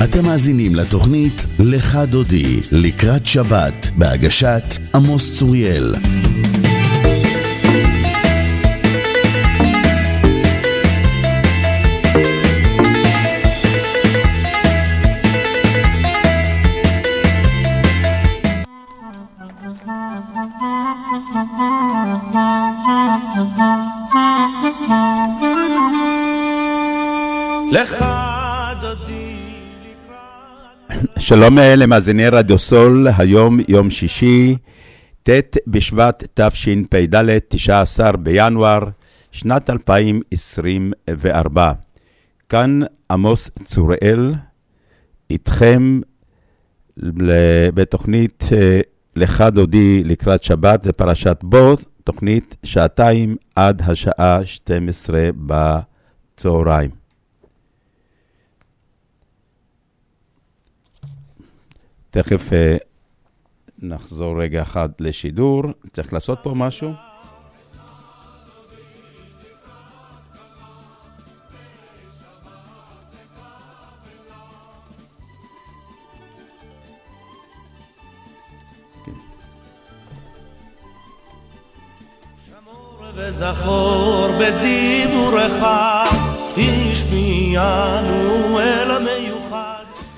אתם מאזינים לתוכנית לך דודי לקראת שבת בהגשת עמוס צוריאל. שלום למאזיני רדיו סול, היום יום שישי, ט' בשבט תשפ"ד, 19 בינואר, שנת 2024. כאן עמוס צוריאל, איתכם בתוכנית לך דודי לקראת שבת בפרשת בו, תוכנית שעתיים עד השעה 12 בצהריים. תכף נחזור רגע אחד לשידור. צריך לעשות פה משהו. שמור וזכור בדיבורך השמיענו אל המיוחד.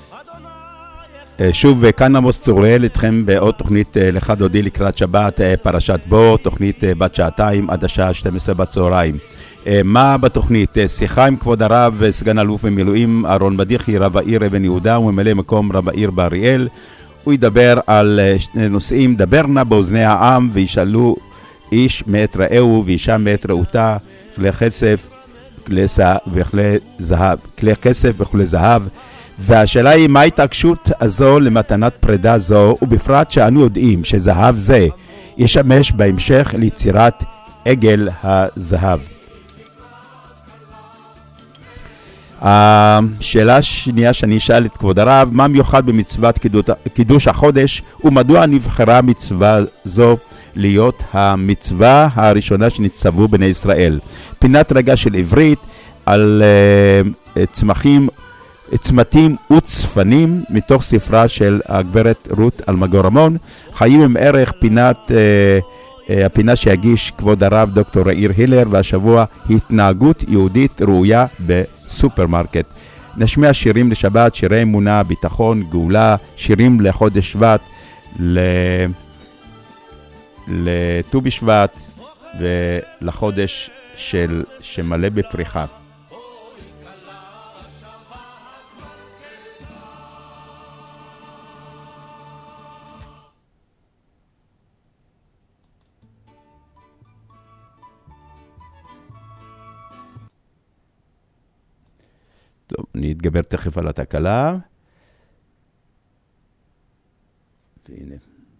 שוב, כאן עמוס צוריאל איתכם בעוד תוכנית לך דודי לקראת שבת, פרשת בו, תוכנית בת שעתיים עד השעה 12 בצהריים. מה בתוכנית? שיחה עם כבוד הרב סגן אלוף במילואים אהרון בדיחי, רב העיר אבן יהודה וממלא מקום רב העיר באריאל. הוא ידבר על שני נושאים: דבר נא באוזני העם וישאלו איש מאת רעהו ואישה מאת רעותה, כלי כסף וכלי זהב. והשאלה היא, מה ההתעקשות הזו למתנת פרידה זו, ובפרט שאנו יודעים שזהב זה ישמש בהמשך ליצירת עגל הזהב. השאלה השנייה שאני אשאל את כבוד הרב, מה מיוחד במצוות קידוש החודש, ומדוע נבחרה מצווה זו להיות המצווה הראשונה שנצטוו בני ישראל? פינת רגע של עברית על צמתים וצפנים מתוך ספרה של הגברת רות אלמגור רמון. חיים עם ערך, הפינה שיגיש כבוד הרב דוקטור יאיר הילר, והשבוע התנהגות יהודית ראויה בסופרמרקט. נשמיע שירים לשבת, שירי אמונה, ביטחון, גאולה, שירים לחודש שבט, לט"ו בשבט ולחודש שמלא בפריחה. טוב, אני אתגבר תכף על התקלה. והנה.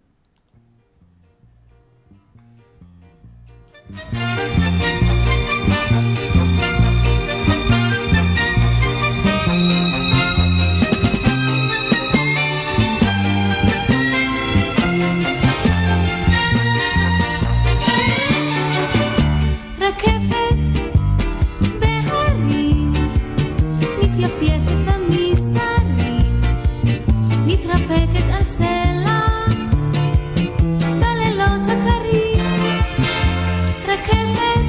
מתרפקת על סלע בלילות הקרים, רכבת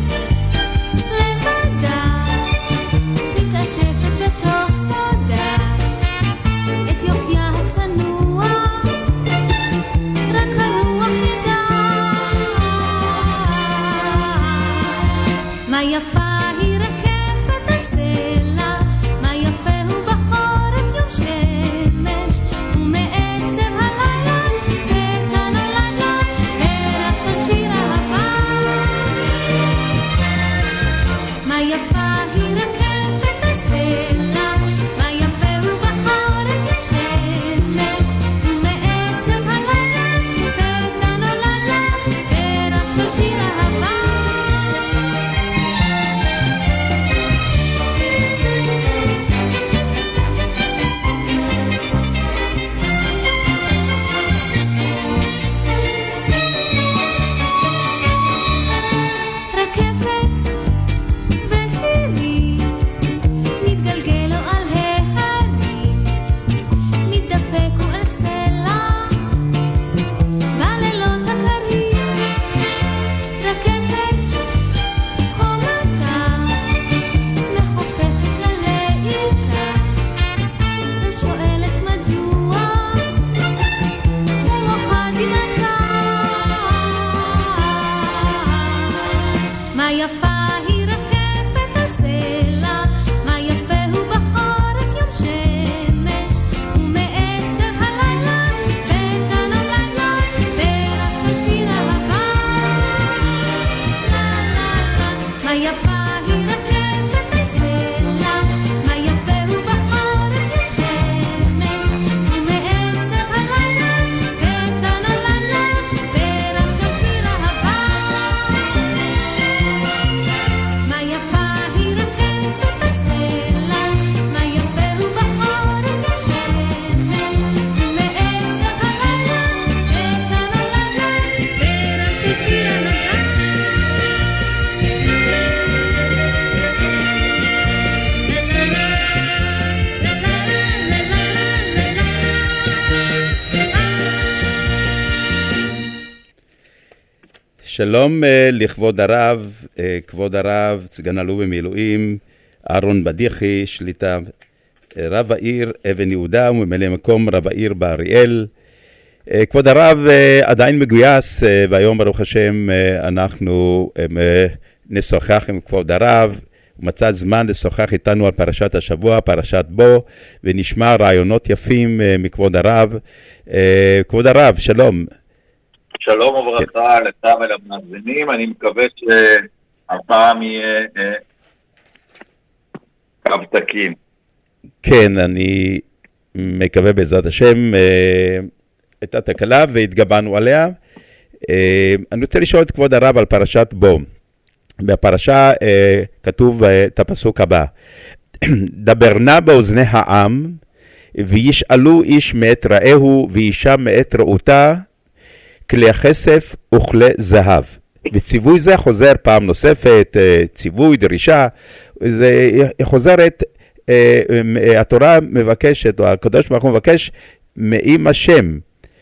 לבדה מתעטפת בתוך סודה את יופייה הצנוע, רק הרוח ידע מה יפה היא רכבת על סלע, מה יפה הוא בחורף יום שמש, ומעצב הלילה פתע נולד לה פרח של שיר אהבה. מה יפה היא רכבת הסלע, מה יפה הוא בחורף יום שמש, ומעצב הלילה פתע נולד לה פרח של שיר אהבה. יפה היא רקפת על סלע, מה יפה הוא בחורף יום שמש, ומעצב הלילה בטה נולד לה פרח של שיר אהבה. מה יפה היא רקפת על סלע, מה יפה הוא בחורף יום שמש, ומעצב הלילה בטה נולד לה פרח של שיר אהבה. מה יפה היא רקפת על סלע, מה יפה הוא בחורף יום שמש, ומעצב הלילה בטה נולד לה פרח של שיר אהבה. שלום לכבוד הרב, כבוד הרב, סגן אלוף במילואים, אהרון בדיחי, שליטה, רב העיר אבן יהודה וממלא מקום רב העיר באריאל. כבוד הרב עדיין מגויס, והיום ברוך השם אנחנו נשוחח עם כבוד הרב, הוא מצא זמן לשוחח איתנו על פרשת השבוע, פרשת בו, ונשמע רעיונות יפים מכבוד הרב. כבוד הרב, שלום. שלום וברכה לך ולמאזינים, אני מקווה שהפעם יהיה קו תקין. כן, אני מקווה בעזרת השם, הייתה תקלה והתגברנו עליה. אני רוצה לשאול את כבוד הרב על פרשת בו. בפרשה כתוב את הפסוק הבא, דברנה באוזני העם, וישאלו איש מאת רעהו ואישה מאת רעותה, כלי הכסף וכלי זהב. וציווי זה חוזר פעם נוספת, ציווי, דרישה, זה חוזרת, התורה מבקשת, או הקדוש ברוך הוא מבקש, מעם השם,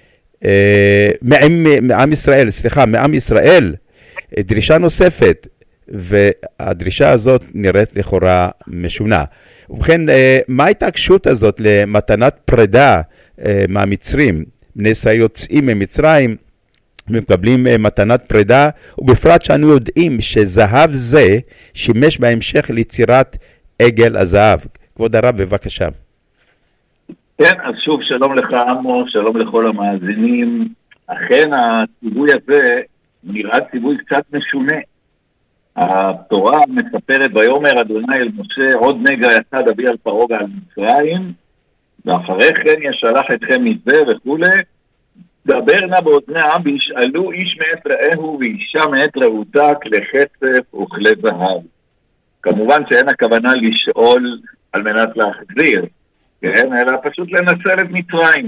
מעם ישראל, מעם ישראל, דרישה נוספת, והדרישה הזאת נראית לכאורה משונה. ובכן, מה הייתה הקשות הזאת למתנת פרידה מהמצרים? בני ישראל יוצאים ממצרים, ומקבלים מתנת פרידה, ובפרט שאנו יודעים שזהב זה שימש בהמשך ליצירת עגל הזהב. כבוד הרב, בבקשה. כן, אז שוב שלום לך עמו, שלום לכל המאזינים. אכן הציווי הזה נראה ציווי קצת משונה. התורה מספרת, ויאמר אדוני אל משה, עוד נגע יצא אביא על פרעה ועל מצרים, ואחרי כן ישלח אתכם מזה וכולי, דבר נא באוזני העם וישאלו איש מאת רעהו ואישה מאת רעותה, כלי כסף וכלי זהב. כמובן שאין הכוונה לשאול על מנת להחזיר, כן? אלא פשוט לנצל את מצרים.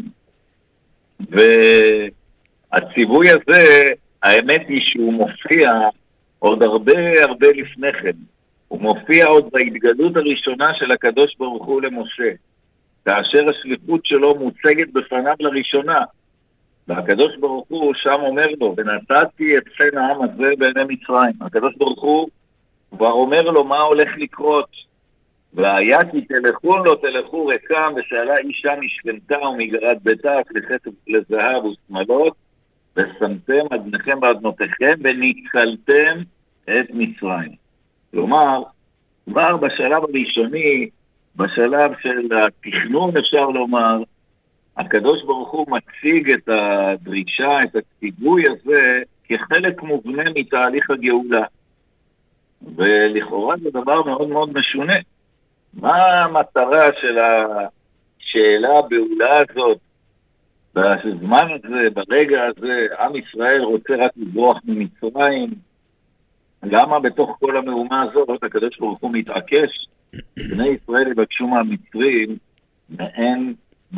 והציווי הזה, האמת היא שהוא מופיע עוד הרבה לפני כן. הוא מופיע עוד בהתגלות הראשונה של הקדוש ברוך הוא למשה, כאשר השליחות שלו מוצגת בפניו לראשונה. והקדוש ברוך הוא שם אומר לו, ונתתי את חן העם הזה בעיני מצרים. הקדוש ברוך הוא כבר אומר לו מה הולך לקרות. והיה כי תלכו לא תלכו רקם, ושאלה אישה משכנתה ומגרת ביתה, כלי כסף לזהב ושמלות, ושמתם אדניכם ואדנותיכם, וניצלתם את מצרים. כלומר, כבר בשלב הראשוני, בשלב של התכנון אפשר לומר, הקדוש ברוך הוא מציג את הדרישה, את הציווי הזה, כחלק מובנה מתהליך הגאולה. ולכאורה זה דבר מאוד מאוד משונה. מה המטרה של השאלה הבעולה הזאת? בזמן הזה, ברגע הזה, עם ישראל רוצה רק לברוח ממצרים. למה בתוך כל המהומה הזאת הקדוש ברוך הוא מתעקש? בני ישראל יבקשו מהמצרים מעין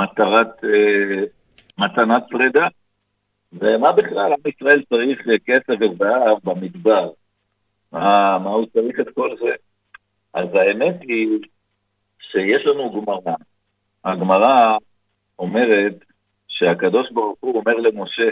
מתנת פרידה. ומה בכלל עם ישראל צריך כסף וזהב במדבר? מה הוא צריך את כל זה? אז האמת היא שיש לנו גמרא. הגמרא אומרת שהקדוש ברוך הוא אומר למשה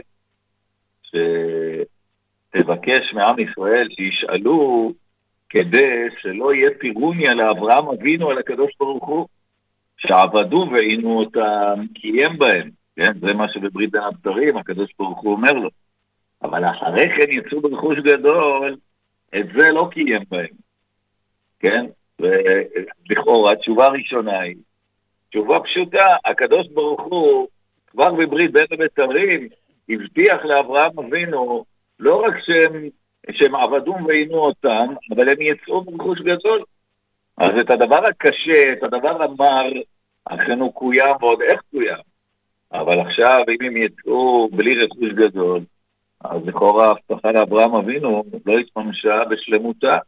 שתבקש מעם ישראל שישאלו כדי שלא יהיה פירוניה לאברהם אבינו על הקדוש ברוך הוא, שעבדו ועינו אותם קיים בהם. כן? זה מה שבברית בין הבתרים הקדוש ברוך הוא אומר לו. אבל אחרי כן יצאו ברכוש גדול את זה לא קיים בהם, כן? ולכאורה, התשובה הראשונה היא, תשובה פשוטה, הקדוש ברוך הוא, כבר בברית בין הבתרים, הבטיח לאברהם אבינו, לא רק שהם עבדו ועינו אותם, אבל הם יצאו ברכוש גדול. אז את הדבר הקשה, את הדבר המר, אכן הוא קוים ועוד איך קוים. אבל עכשיו, אם הם יצאו בלי רכוש גדול, אז לכאורה ההבטחה לאברהם אבינו לא התממשה בשלמותה.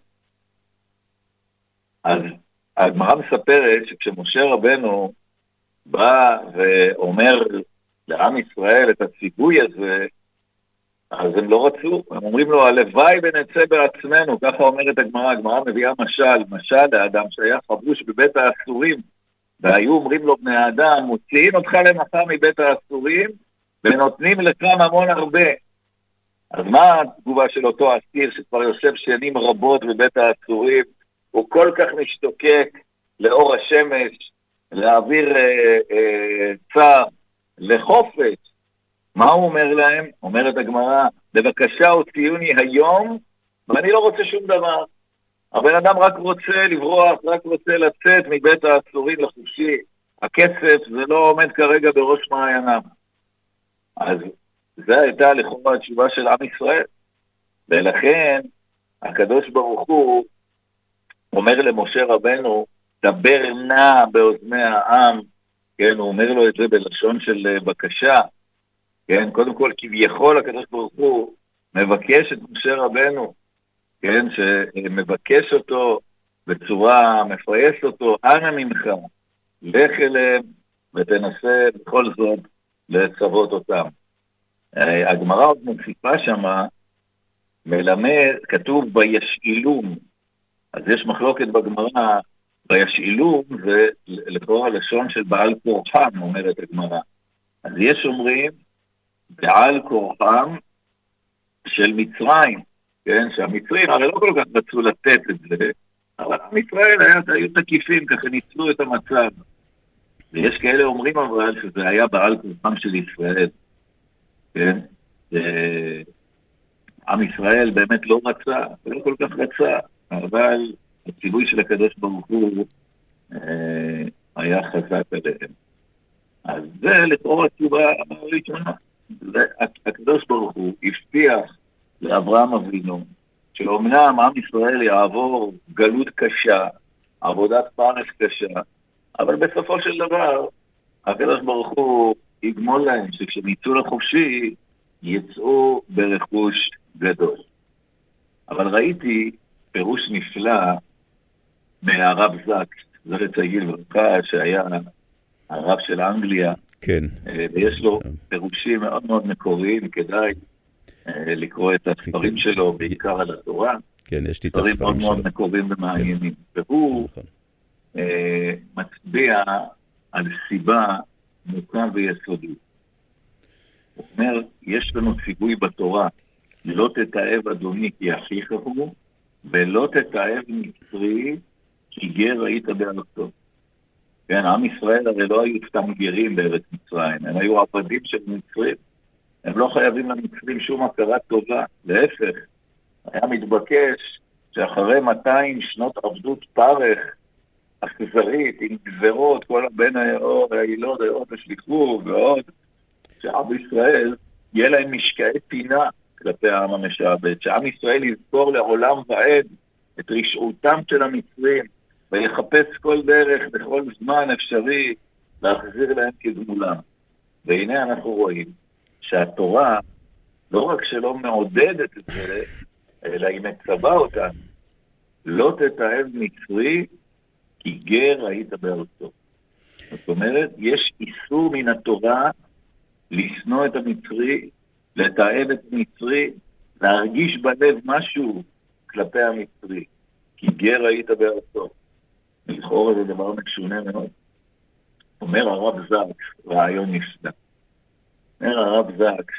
אז הגמרא מספרת שכשמשה רבנו בא ואומר לעם ישראל את הציווי הזה, אז הם לא רצו, הם אומרים לו, הלוואי ונצא בעצמנו, ככה אומרת הגמרא, הגמרא מביאה משל לאדם שהיה חבוש בבית האסורים, והיו אומרים לו בני האדם, מוציאים אותך למחר מבית האסורים, ונותנים לך ממון הרבה. אז מה התגובה של אותו אסיר שכבר יושב שנים רבות בבית האסורים, הוא כל כך משתוקק לאור השמש, להעביר צער, לחופש. מה הוא אומר להם? אומרת הגמרא, בבקשה הוציאוני היום, ואני לא רוצה שום דבר. הבן אדם רק רוצה לברוח, רק רוצה לצאת מבית האסורים לחופשי. הכסף זה לא עומד כרגע בראש מעייניו. אז זו הייתה לכאורה התשובה של עם ישראל. ולכן הקדוש ברוך הוא אומר למשה רבנו, דבר נא באוזני העם, כן, הוא אומר לו את זה בלשון של בקשה, כן, קודם כל כביכול הקדוש ברוך הוא מבקש את משה רבנו, כן, שמבקש אותו בצורה, מפייס אותו, אנא ממך, לך אליהם ותנסה בכל זאת לצוות אותם. הגמרא עוד מוסיפה שמה, מלמד, כתוב בישאילום, אז יש מחלוקת בגמרא, בישאילום זה לכאורה הלשון של בעל כורחם, אומרת הגמרא. אז יש אומרים, בעל כורחם של מצרים, כן, שהמצרים הרי לא כל כך רצו לתת את זה, אבל עם ישראל היו תקיפים, ככה ניצלו את המצב. ויש כאלה אומרים אבל שזה היה בעל כורחם של ישראל, כן, עם ישראל באמת לא רצה, ולא כל כך רצה, אבל הציווי של הקדוש ברוך הוא היה חזק עליהם. אז זה לכאורה התשובה הראשונה. הקדוש ברוך הוא הבטיח לאברהם אבינו, שאומנם עם ישראל יעבור גלות קשה, עבודת פרס קשה, אבל בסופו של דבר, הקדוש ברוך הוא יגמול להם שכשהם יצאו לחופשי, יצאו ברכוש גדול. אבל ראיתי פירוש נפלא מהרב זקס, זכר צדיק לברכה, שהיה הרב של אנגליה, כן. ויש לו פירושים מאוד מאוד מקוריים, כדאי לקרוא את הספרים שלו, בעיקר על התורה. כן, יש לי את הספרים שלו. מאוד מאוד מקוריים ומעניינים. והוא מצביע על סיבה מוקה ויסודית. הוא אומר, יש לנו ציווי בתורה, לא תתאהב אדוני כי אחיך הוא, ולא תתאהב מצרי כי גר היית בארצו. כן, עם ישראל הרי לא היו סתם גרים בארץ מצרים, הם היו עבדים של מצרים. הם לא חייבים למצרים שום הכרה טובה, להפך. היה מתבקש שאחרי 200 שנות עבדות פרך, אכזרית, עם גזרות, כל בין היאור, הילות, היאות השליחו ועוד, שעם ישראל יהיה להם משקעי פינה כלפי העם המשעבד, שעם ישראל יזכור לעולם ועד את רשעותם של המצרים, ויחפש כל דרך בכל זמן אפשרי להחזיר להם כגמולם. והנה אנחנו רואים שהתורה לא רק שלא מעודדת את זה, אלא היא מצווה אותנו. לא תתאהב מצרי כי גר היית בארצו. זאת אומרת, יש איסור מן התורה לשנוא את המצרי, לתאהב את המצרי, להרגיש בלב משהו כלפי המצרי. כי גר היית בארצו. לכאורה זה דבר משונה מאוד. אומר הרב זקס, רעיון נפלא. אומר הרב זקס,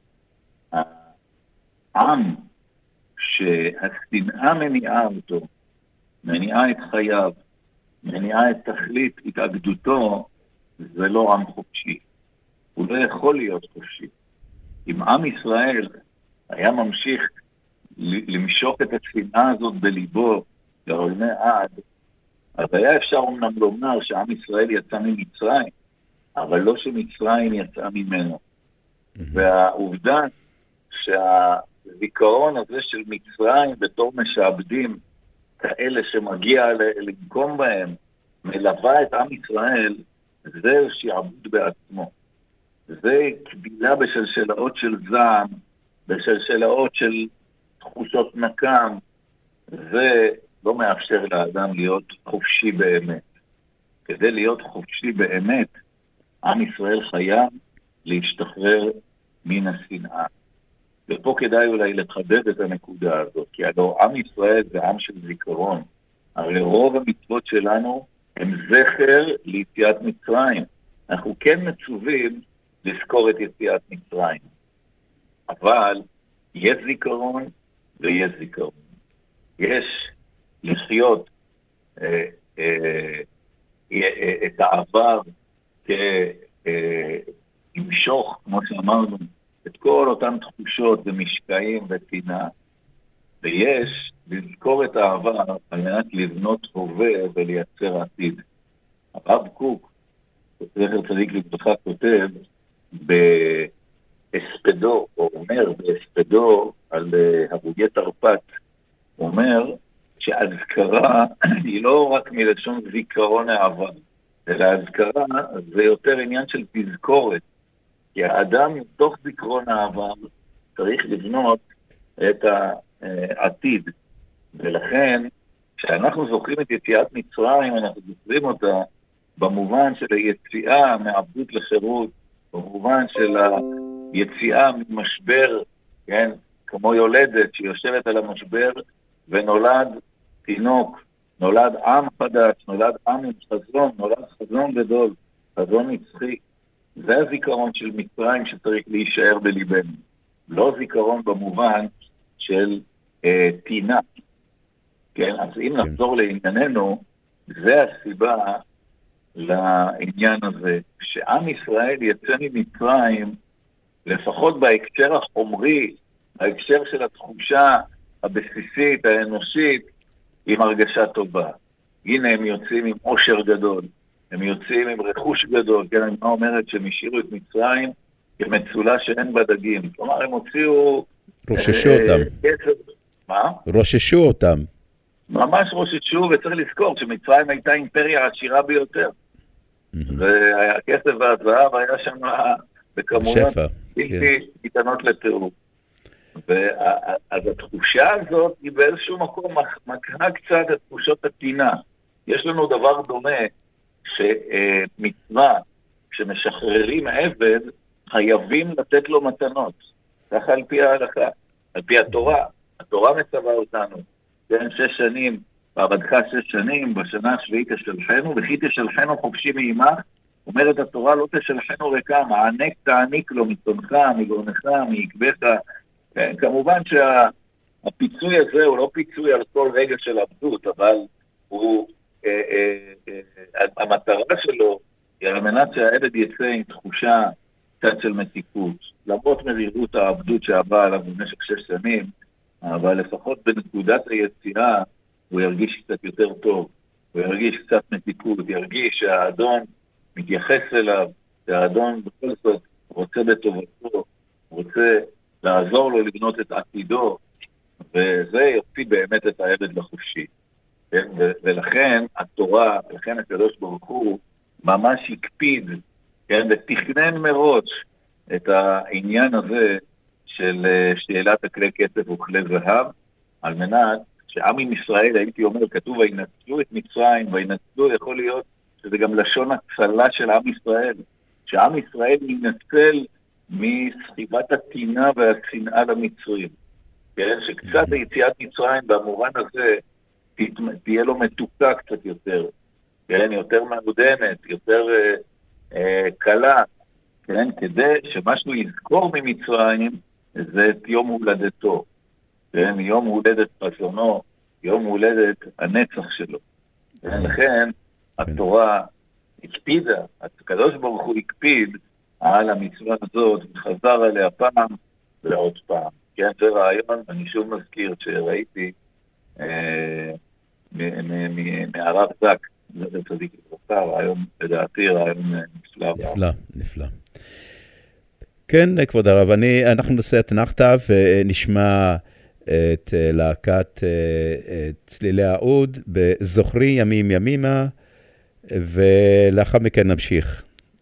העם שהשנאה מניעה אותו, מניעה את חייו, מניעה את תכלית התאגדותו, זה לא עם חופשי. הוא לא יכול להיות חופשי. אם עם ישראל היה ממשיך למשוך את השנאה הזאת בליבו לעולמי עד, אז היה אפשר אומנם לומר שעם ישראל יצא ממצרים, אבל לא שמצרים יצא ממנו. והעובדה שהזיכרון הזה של מצרים בתור משעבדים, כאלה שמגיע למקום בהם, מלווה את עם ישראל, זה שיעבוד בעצמו. זה קבילה בשלשלאות של זעם, בשלשלאות של תחושות נקם, זה לא מאפשר לאדם להיות חופשי באמת. כדי להיות חופשי באמת, עם ישראל חייב להשתחרר מן השנאה. ופה כדאי אולי לחדד את הנקודה הזאת, כי הלוא עם ישראל זה עם של זיכרון. הרי רוב המצוות שלנו הם זכר ליציאת מצרים. אנחנו כן מצווים לזכור את יציאת מצרים. אבל יש זיכרון ויש זיכרון. יש לחיות את העבר כמשוך, כמו שאמרנו, את כל אותן תחושות ומשקעים ופינה, ויש לזכור את העבר על מנת לבנות הווה ולייצר עתיד. הרב קוק, זכר צדיק לברכה, כותב בהספדו, או אומר בהספדו על הרוגי תרפ"ט, הוא אומר שהזכרה היא לא רק מלשון זיכרון העבר, אלא הזכרה זה יותר עניין של תזכורת, כי האדם מתוך זיכרון העבר צריך לבנות את העתיד, ולכן כשאנחנו זוכרים את יציאת מצרים, אנחנו זוכרים אותה במובן של היציאה מעבדות לחירות, במובן של היציאה ממשבר, כן? כמו יולדת שיושבת על המשבר ונולד תינוק, נולד עם חדש, נולד עם עם חזון, נולד חזון גדול, חזון נצחי. זה הזיכרון של מצרים שצריך להישאר בליבנו. לא זיכרון במובן של תינה. כן? אז אם נחזור לענייננו, זה הסיבה לעניין הזה. שעם ישראל יצא ממצרים, לפחות בהקשר החומרי, בהקשר של התחושה הבסיסית, האנושית, עם הרגשה טובה. הנה הם יוצאים עם עושר גדול, הם יוצאים עם רכוש גדול, כן, אני אומרת שהם השאירו את מצרים כמצולה שאין בה דגים. כלומר, הם הוציאו... רוששו אותם. מה? רוששו אותם. ממש רוששו, וצריך לזכור שמצרים הייתה אימפריה עשירה ביותר. והכסף והזהב היה שם בכמויות בלתי ניתנות לתיאור. אז התחושה הזאת היא באיזשהו מקום מקנה קצת את תחושות הטינה. יש לנו דבר דומה שמצווה, כשמשחררים עבד, חייבים לתת לו מתנות. ככה על פי ההלכה, על פי התורה. התורה מצווה אותנו. כן, 6 שנים, ועבדך 6 שנים, בשנה השביעית תשלחנו, וכי תשלחנו חופשי מעמך, אומרת התורה, לא תשלחנו ריקם, הענק תעניק לו מצונך, מגרונך, מעקבך. כן, כמובן שהפיצוי הזה הוא לא פיצוי על כל רגע של עבדות, אבל הוא, המטרה שלו היא על מנת שהעבד יצא עם תחושה קצת של מתיקות, למרות מרירות העבדות שעברה עליו במשך 6 שנים, אבל לפחות בנקודת היציאה הוא ירגיש קצת יותר טוב, הוא ירגיש קצת מתיקות, ירגיש שהאדון מתייחס אליו, שהאדון בכל זאת רוצה בטובתו, רוצה לעזור לו לבנות את עתידו, וזה יוציא באמת את העבד לחופשי. כן? ולכן התורה, לכן הקדוש ברוך הוא ממש הקפיד, כן? ותכנן מראש את העניין הזה של שאלת הכלי כסף וכלי זהב, על מנת שעם עם ישראל, הייתי אומר, כתוב, וינצלו את מצרים, וינצלו יכול להיות שזה גם לשון הצלה של עם ישראל, שעם ישראל ינצל מסחיבת הטינה והשנאה למצרים. כן? שקצת היציאת מצרים במובן הזה תהיה לו מתוקה קצת יותר, כן? יותר מעודנת, יותר קלה, כן? כדי שמשהו יזכור ממצרים זה את יום הולדתו, כן? יום הולדת חזונו, יום הולדת הנצח שלו. כן? לכן התורה הקפידה, הקדוש ברוך הוא הקפיד על המצווה הזאת וחזר עליה פעם ועוד פעם. כן, זה רעיון, אני שוב מזכיר שראיתי מהרב זק, זה צדיק לברכה, רעיון, לדעתי רעיון נפלא. נפלא. כן, כבוד הרב, אנחנו נעשה אתנחתא ונשמע את להקת צלילי העוד בזוכרי ימים ימימה, ולאחר מכן נמשיך.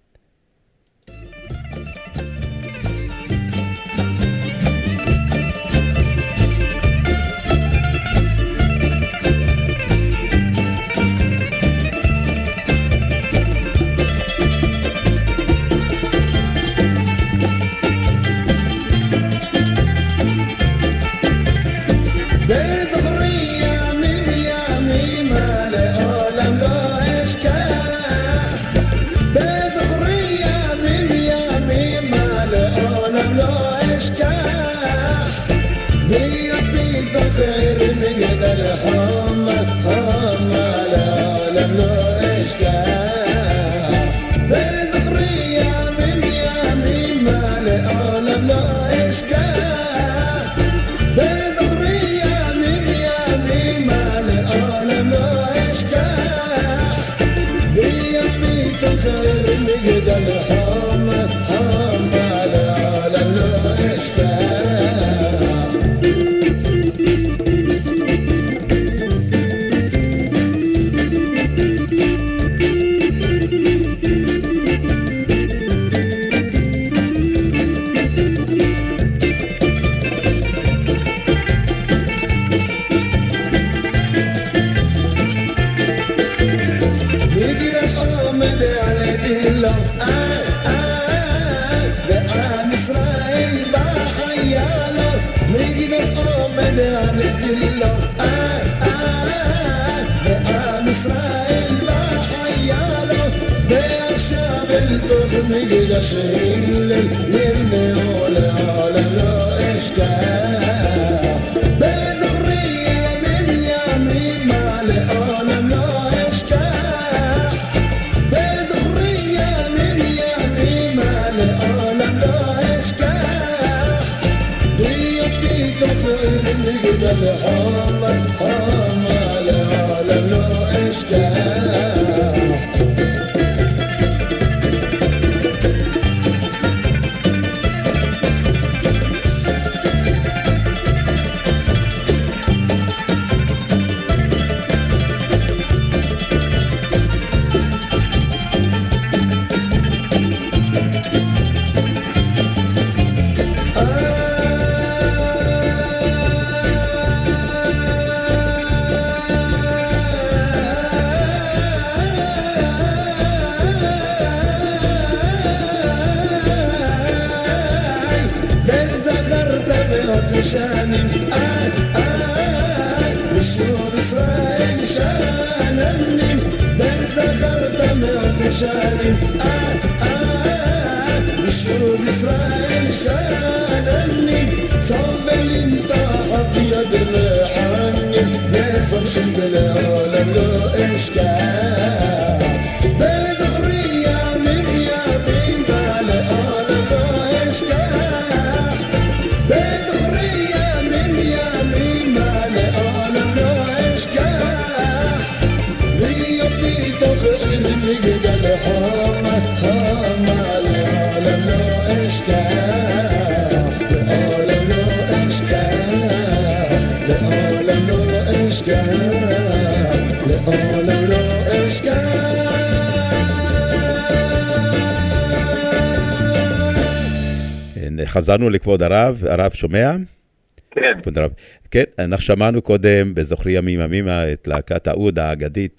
חזרנו לכבוד הרב שומע? כן. כבוד הרב. כן, אנחנו שמענו קודם בזוכרי ימים ימימה את להקת העוד האגדית,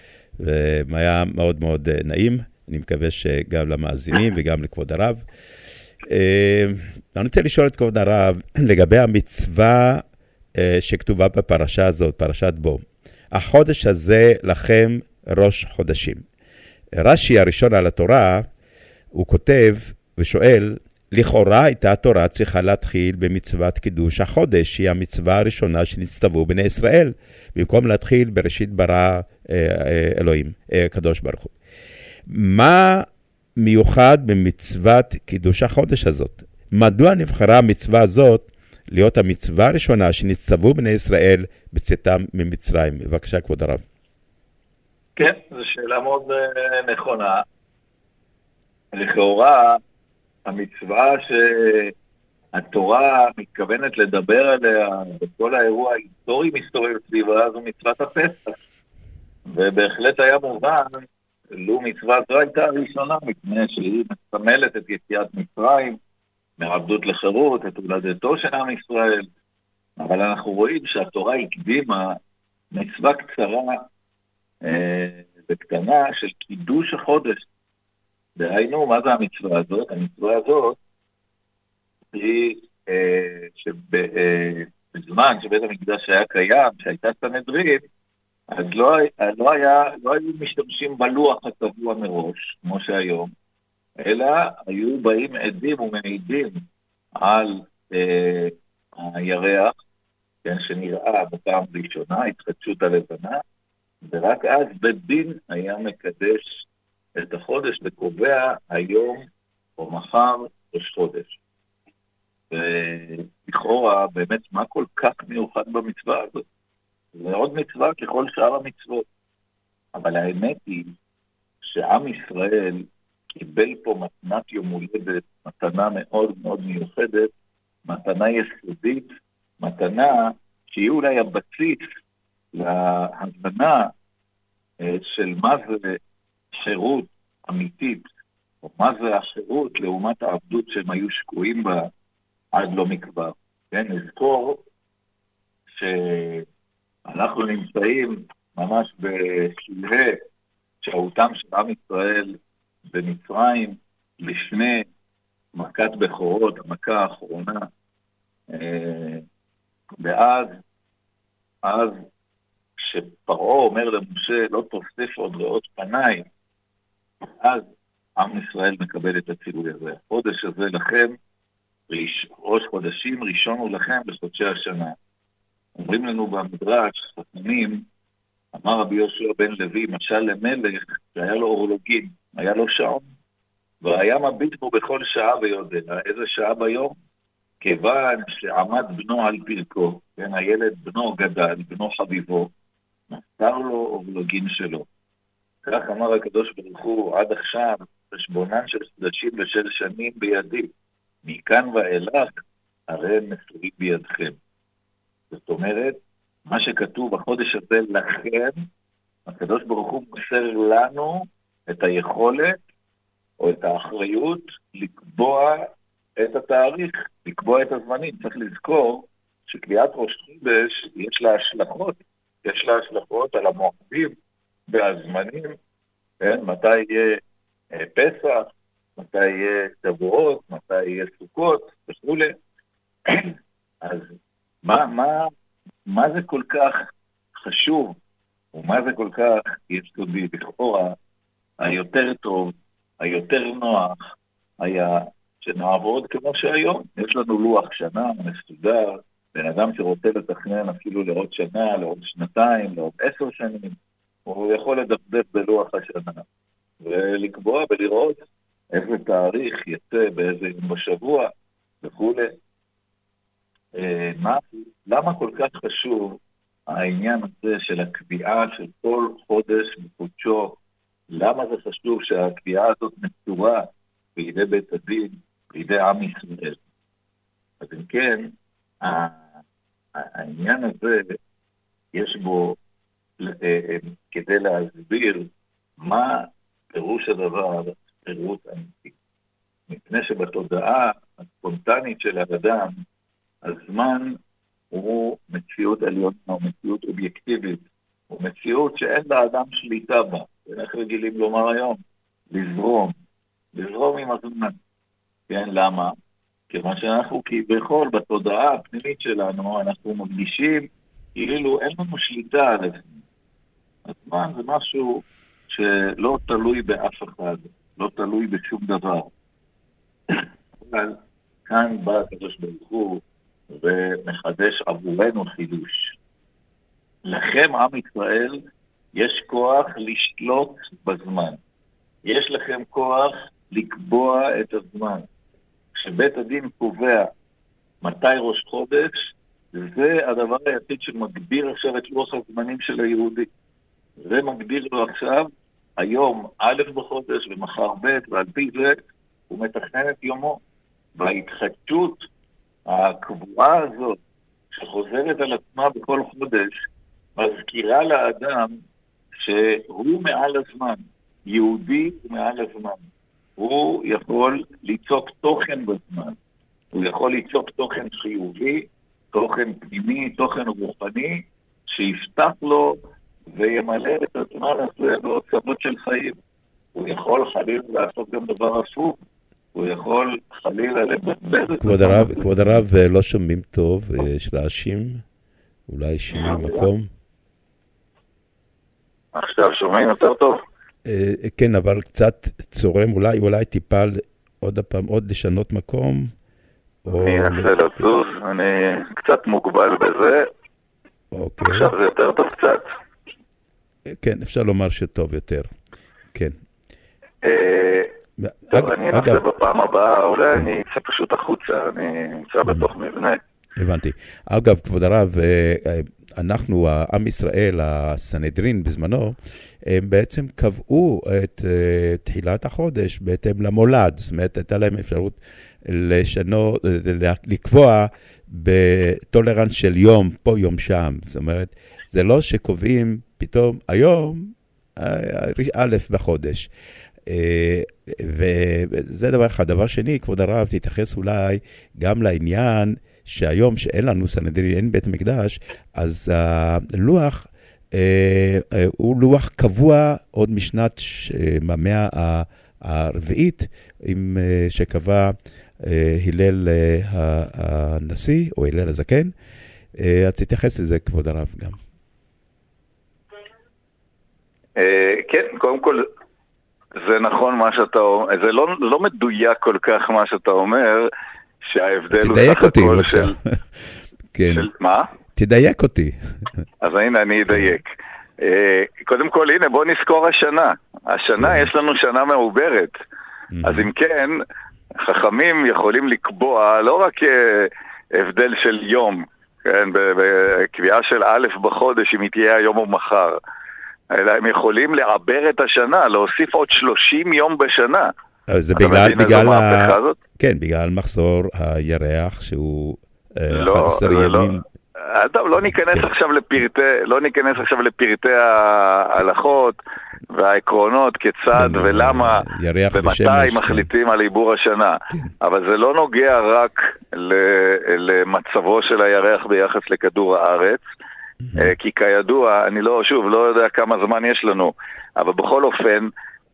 והיה מאוד מאוד נעים, אני מקווה שגם למאזינים וגם לכבוד הרב. אני רוצה לשאול את כבוד הרב לגבי המצווה שכתובה בפרשה הזאת, פרשת בו. החודש הזה לכם ראש חודשים. רש"י הראשון על התורה, הוא כותב ושואל, לכאורה הייתה התורה צריכה להתחיל במצוות קידוש החודש, היא המצווה הראשונה שנצטוו בני ישראל, במקום להתחיל בראשית ברא אלוהים, קדוש ברוך הוא. מה מיוחד במצוות קידוש החודש הזאת? מדוע נבחרה המצווה הזאת להיות המצווה הראשונה שנצטוו בני ישראל בצאתם ממצרים. בבקשה, כבוד הרב. כן, זו שאלה מאוד נכונה. לכאורה, המצווה שהתורה מתכוונת לדבר עליה בכל האירוע ההיסטורי מסתובב סביבה, זו מצוות הפסח. ובהחלט היה מובן, לו מצווה זו הייתה הראשונה, מפני שהיא מסמלת את יציאת מצרים, מעבדות לחירות, את הולדתו של עם ישראל. אבל אנחנו רואים שהתורה הקדימה מצווה קצרה וקטנה של קידוש החודש. דהיינו, מה זה המצווה הזאת? המצווה הזאת היא שבזמן שבית המקדש היה קיים, שהייתה סנהדרין, אז לא היו משתמשים בלוח הקבוע מראש, כמו שהיום, אלא היו באים עדים ומעידים על הירח, כן, שנראה בפעם ראשונה, התחדשות הלבנה, ורק אז בית דין היה מקדש את החודש וקובע היום או מחר ראש חודש. ולכאורה באמת מה כל כך מיוחד במצווה הזאת? זה עוד מצווה ככל שאר המצוות. אבל האמת היא שעם ישראל קיבל פה מתנת יום הולדת, מתנה מאוד מאוד מיוחדת, מתנה יסודית, מתנה שהיא אולי הבסיס להבנה של מה זה חירות אמיתית, או מה זה החירות לעומת העבדות שהם היו שקועים בה עד לא מכבר. כן, נזכור שאנחנו נמצאים ממש בשלהי שהותם של עם ישראל במצרים, לפני מכת בכורות, המכה האחרונה, ואז כשפרעה אומר למשה לא תוסף עוד ראות פניי, אז עם ישראל מקבל את הציווי הזה. החודש הזה לכם, ראש חודשים ראשון הוא לכם בחודשי השנה. אומרים לנו במדרש, חכמים, אמר רבי יהושע בן לוי, משל למלך שהיה לו אורלוגין, היה לו שעון, והיה מביט בו בכל שעה ויודע. איזה שעה ביום? כיוון שעמד בנו על פרקו, כן, הילד בנו גדל, בנו חביבו, מסר לו אורלוגין שלו. כך אמר הקדוש ברוך הוא, עד עכשיו, חשבונן של חודשים ושל שנים בידי, מכאן ואילך, הרי הם מסורים בידכם. זאת אומרת, מה שכתוב בחודש הזה לכם, הקדוש ברוך הוא מוסר לנו את היכולת או את האחריות לקבוע את התאריך, לקבוע את הזמנים. צריך לזכור שקביעת ראש חודש יש לה השלכות, יש לה השלכות על המועדים והזמנים, כן? מתי יהיה פסח, מתי יהיה שבועות, מתי יהיה סוכות וכו'. אז מה זה כל כך חשוב, ומה זה כל כך יסודי? לכאורה, היותר טוב, היותר נוח, היה שנעבוד כמו שהיום. יש לנו לוח שנה, מסודר, בן אדם שרוצה לתכנן אפילו לעוד שנה, לעוד שנתיים, לעוד 10 שנים, הוא יכול לדפדף בלוח השנה, ולקבוע ולראות איזה תאריך יצא באיזה יום בשבוע וכו'. למה כל כך חשוב העניין הזה של הקביעה של כל חודש בחודשו? למה זה חשוב שהקביעה הזאת מסורה בידי בית הדין, בידי עם ישראל? אז אם כן, העניין הזה יש בו כדי להסביר מה פירוש הדבר חירות אמיתית. מפני שבתודעה הספונטנית של האדם, הזמן הוא מציאות עליונה, הוא מציאות אובייקטיבית, הוא מציאות שאין לאדם שליטה בה. איך רגילים לומר היום? לזרום עם הזמן. כן, למה? כיוון שאנחנו כביכול בתודעה הפנימית שלנו, אנחנו מרגישים כאילו אין לנו שליטה על הזמן. הזמן זה משהו שלא תלוי באף אחד, לא תלוי בשום דבר. אבל כאן בא הקדוש ברוך הוא ומחדש עבורנו חידוש. לכם, עם ישראל, יש כוח לשלוט בזמן. יש לכם כוח לקבוע את הזמן. כשבית הדין קובע מתי ראש חודש, זה הדבר היחיד שמגדיר עכשיו את לוח הזמנים של היהודי. זה מגדיר לו עכשיו, היום א' בחודש ומחר ב', ועל פי זה הוא מתכנן את יומו. וההתחדשות הקבועה הזאת, שחוזרת על עצמה בכל חודש, מזכירה לאדם שהוא מעל הזמן, יהודי מעל הזמן. הוא יכול ליצוק תוכן בזמן, הוא יכול ליצוק תוכן חיובי, תוכן פנימי, תוכן רוחני, שיפתח לו וימלא את הזמן הזה בעוצמות של חיים. הוא יכול חלילה לעשות גם דבר הפוך, הוא יכול חלילה לבזבז את כבוד הרב, לא שומעים טוב, יש רעשים, אולי שינוי מקום. עכשיו שומעים יותר טוב? כן, אבל קצת צורם, אולי טיפה עוד הפעם, עוד לשנות מקום. אני אנסה לצוס, אני קצת מוגבל בזה. אוקיי. עכשיו זה יותר טוב קצת. כן, אפשר לומר שטוב יותר. כן. טוב, אני אנסה בפעם הבאה, אולי אני אצא פשוט החוצה, אני נמצא בתוך מבנה. הבנתי. אגב, כבוד הרב, אנחנו, עם ישראל, הסנהדרין בזמנו, הם בעצם קבעו את תחילת החודש בהתאם למולד. זאת אומרת, הייתה להם אפשרות לקבוע בטולרנס של יום, פה יום שם. זאת אומרת, זה לא שקובעים פתאום היום א' בחודש. וזה דבר אחד. דבר שני, כבוד הרב, תתייחס אולי גם לעניין שהיום שאין לנו סנהדרין, אין בית מקדש, אז הלוח הוא לוח קבוע עוד משנת המאה הרביעית, שקבע הלל הנשיא, או הלל הזקן. אז תתייחס לזה, כבוד הרב, גם. כן, קודם כל, זה נכון מה שאתה אומר, זה לא מדויק כל כך מה שאתה אומר, שההבדל הוא סך הכל של... כן. מה? תדייק אותי. אז הנה, אני אדייק. קודם כל, הנה, בוא נזכור השנה. השנה, יש לנו שנה מעוברת. אז אם כן, חכמים יכולים לקבוע לא רק הבדל של יום, כן, בקביעה של א' בחודש, אם היא תהיה היום או מחר, אלא הם יכולים לעבר את השנה, להוסיף עוד 30 יום בשנה. זה בגלל מחזור הירח שהוא 11 ימים. טוב, לא ניכנס עכשיו לפרטי ההלכות והעקרונות, כיצד ולמה ומתי מחליטים על עיבור השנה. אבל זה לא נוגע רק למצבו של הירח ביחס לכדור הארץ, כי כידוע, אני לא יודע כמה זמן יש לנו, אבל בכל אופן,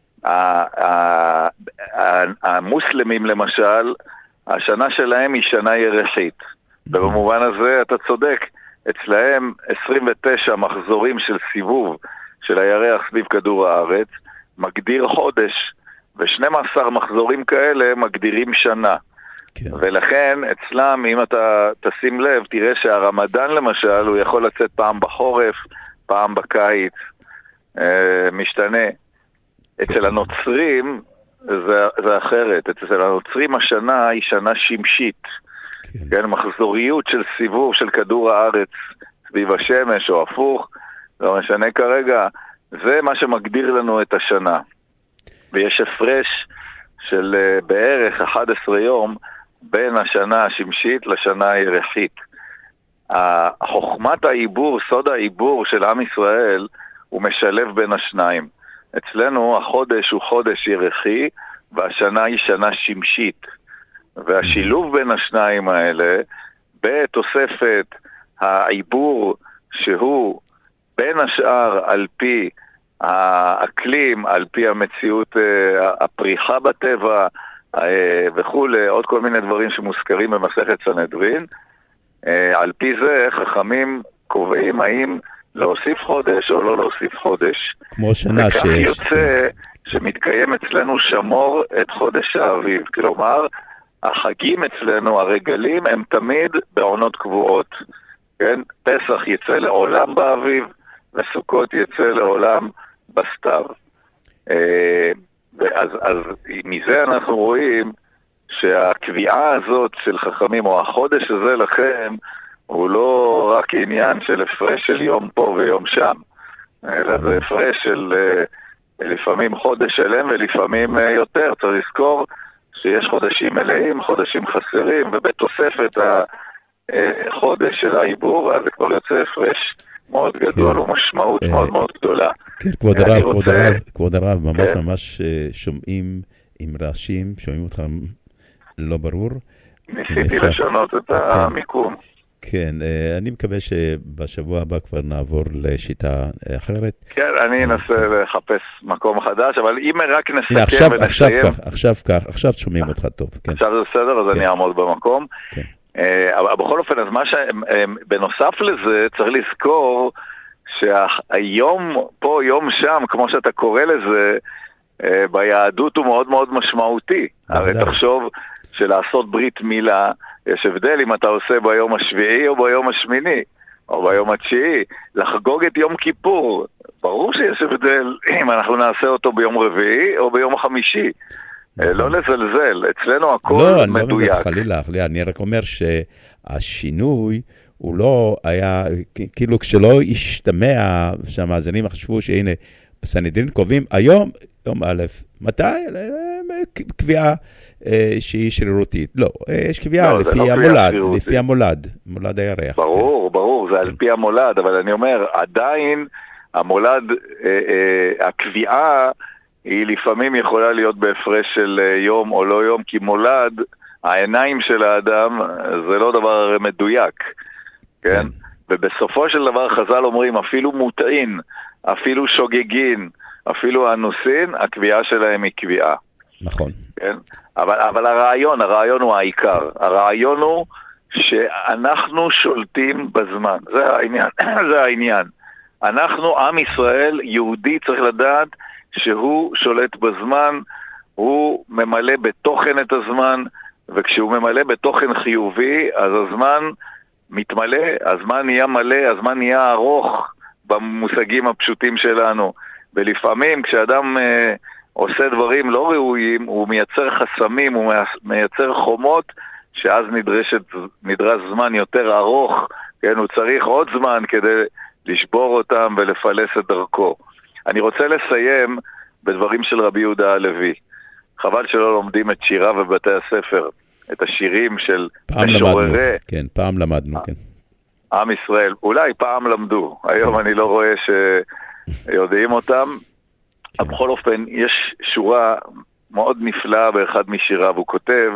המוסלמים למשל, השנה שלהם היא שנה ירחית. ובמובן הזה אתה צודק, אצלהם 29 מחזורים של סיבוב של הירח סביב כדור הארץ, מגדיר חודש, ו12 מחזורים כאלה מגדירים שנה. כן. ולכן אצלם, אם אתה תשים לב, תראה שהרמדאן למשל, הוא יכול לצאת פעם בחורף, פעם בקיץ, משתנה. אצל הנוצרים זה אחרת. אצל הנוצרים השנה היא שנה שמשית. כן, מחזוריות של סיבוב של כדור הארץ סביב השמש או הפוך, לא משנה כרגע, זה מה שמגדיר לנו את השנה. ויש הפרש של בערך 11 יום בין השנה השמשית לשנה הירחית. חוכמת העיבור, סוד העיבור של עם ישראל, הוא משלב בין השניים. אצלנו החודש הוא חודש ירחי, והשנה היא שנה שמשית. והשילוב בין השניים האלה, בתוספת העיבור שהוא בין השאר על פי האקלים, על פי המציאות, הפריחה בטבע וכו', עוד כל מיני דברים שמוזכרים במסכת סנהדרין, על פי זה חכמים קובעים האם להוסיף חודש או לא להוסיף חודש. כמו שנה וכך יוצא שמתקיים אצלנו שמור את חודש האביב, כלומר החגים אצלנו, הרגלים, הם תמיד בעונות קבועות. כן? פסח יצא לעולם באביב, וסוכות יצא לעולם בסתיו. אז מזה אנחנו רואים שהקביעה הזאת של חכמים, או החודש הזה לכם, הוא לא רק עניין של הפרש של יום פה ויום שם, אלא זה הפרש של לפעמים חודש שלם ולפעמים יותר. צריך לזכור שיש חודשים מלאים, חודשים חסרים, ובתוספת החודש של העיבור, אז זה כבר יוצא הפרש מאוד גדול ומשמעות מאוד מאוד גדולה. כן, כבוד הרב, ממש שומעים עם רעשים, שומעים אותך לא ברור. ניסיתי לשנות את המיקום. כן, אני מקווה שבשבוע הבא כבר נעבור לשיטה אחרת. כן, אני אנסה לחפש מקום חדש, אבל אם רק נסכם ונסיים... עכשיו שומעים אותך טוב. עכשיו זה בסדר, אז אני אעמוד במקום. אבל בכל אופן, אז בנוסף לזה, צריך לזכור שהיום פה, יום שם, כמו שאתה קורא לזה, ביהדות הוא מאוד מאוד משמעותי. הרי תחשוב שלעשות ברית מילה, יש הבדל אם אתה עושה ביום השביעי או ביום השמיני, או ביום התשיעי. לחגוג את יום כיפור, ברור שיש הבדל אם אנחנו נעשה אותו ביום רביעי או ביום חמישי. לא לזלזל, אצלנו הכל מדויק. לא, חלילה, אני רק אומר שהשינוי הוא לא היה, כאילו כשלא השתמע שהמאזינים חשבו שהנה, בסנהדרין קובעים היום, יום א', מתי? קביעה שהיא שרירותית. לא, יש קביעה לפי המולד, מולד הירח. ברור, זה על פי המולד, אבל אני אומר, עדיין המולד, הקביעה היא לפעמים יכולה להיות בהפרש של יום או לא יום, כי מולד, העיניים של האדם, זה לא דבר מדויק, כן? ובסופו של דבר חז"ל אומרים, אפילו מוטעין, אפילו שוגגין, אפילו אנוסין, הקביעה שלהם היא קביעה. נכון. כן? אבל הרעיון הוא העיקר. הרעיון הוא שאנחנו שולטים בזמן. זה העניין. אנחנו, עם ישראל, יהודי, צריך לדעת שהוא שולט בזמן, הוא ממלא בתוכן את הזמן, וכשהוא ממלא בתוכן חיובי, אז הזמן מתמלא, הזמן נהיה מלא, הזמן נהיה ארוך במושגים הפשוטים שלנו. ולפעמים כשאדם עושה דברים לא ראויים, הוא מייצר חסמים, הוא מייצר חומות, שאז נדרש זמן יותר ארוך, כן? הוא צריך עוד זמן כדי לשבור אותם ולפלס את דרכו. אני רוצה לסיים בדברים של רבי יהודה הלוי. חבל שלא לומדים את שיריו בבתי הספר, את השירים של משוררי. כן, פעם למדנו, כן. עם ישראל, אולי פעם למדו, היום אני לא רואה שיודעים אותם. בכל אופן, יש שורה מאוד נפלאה באחד משיריו, הוא כותב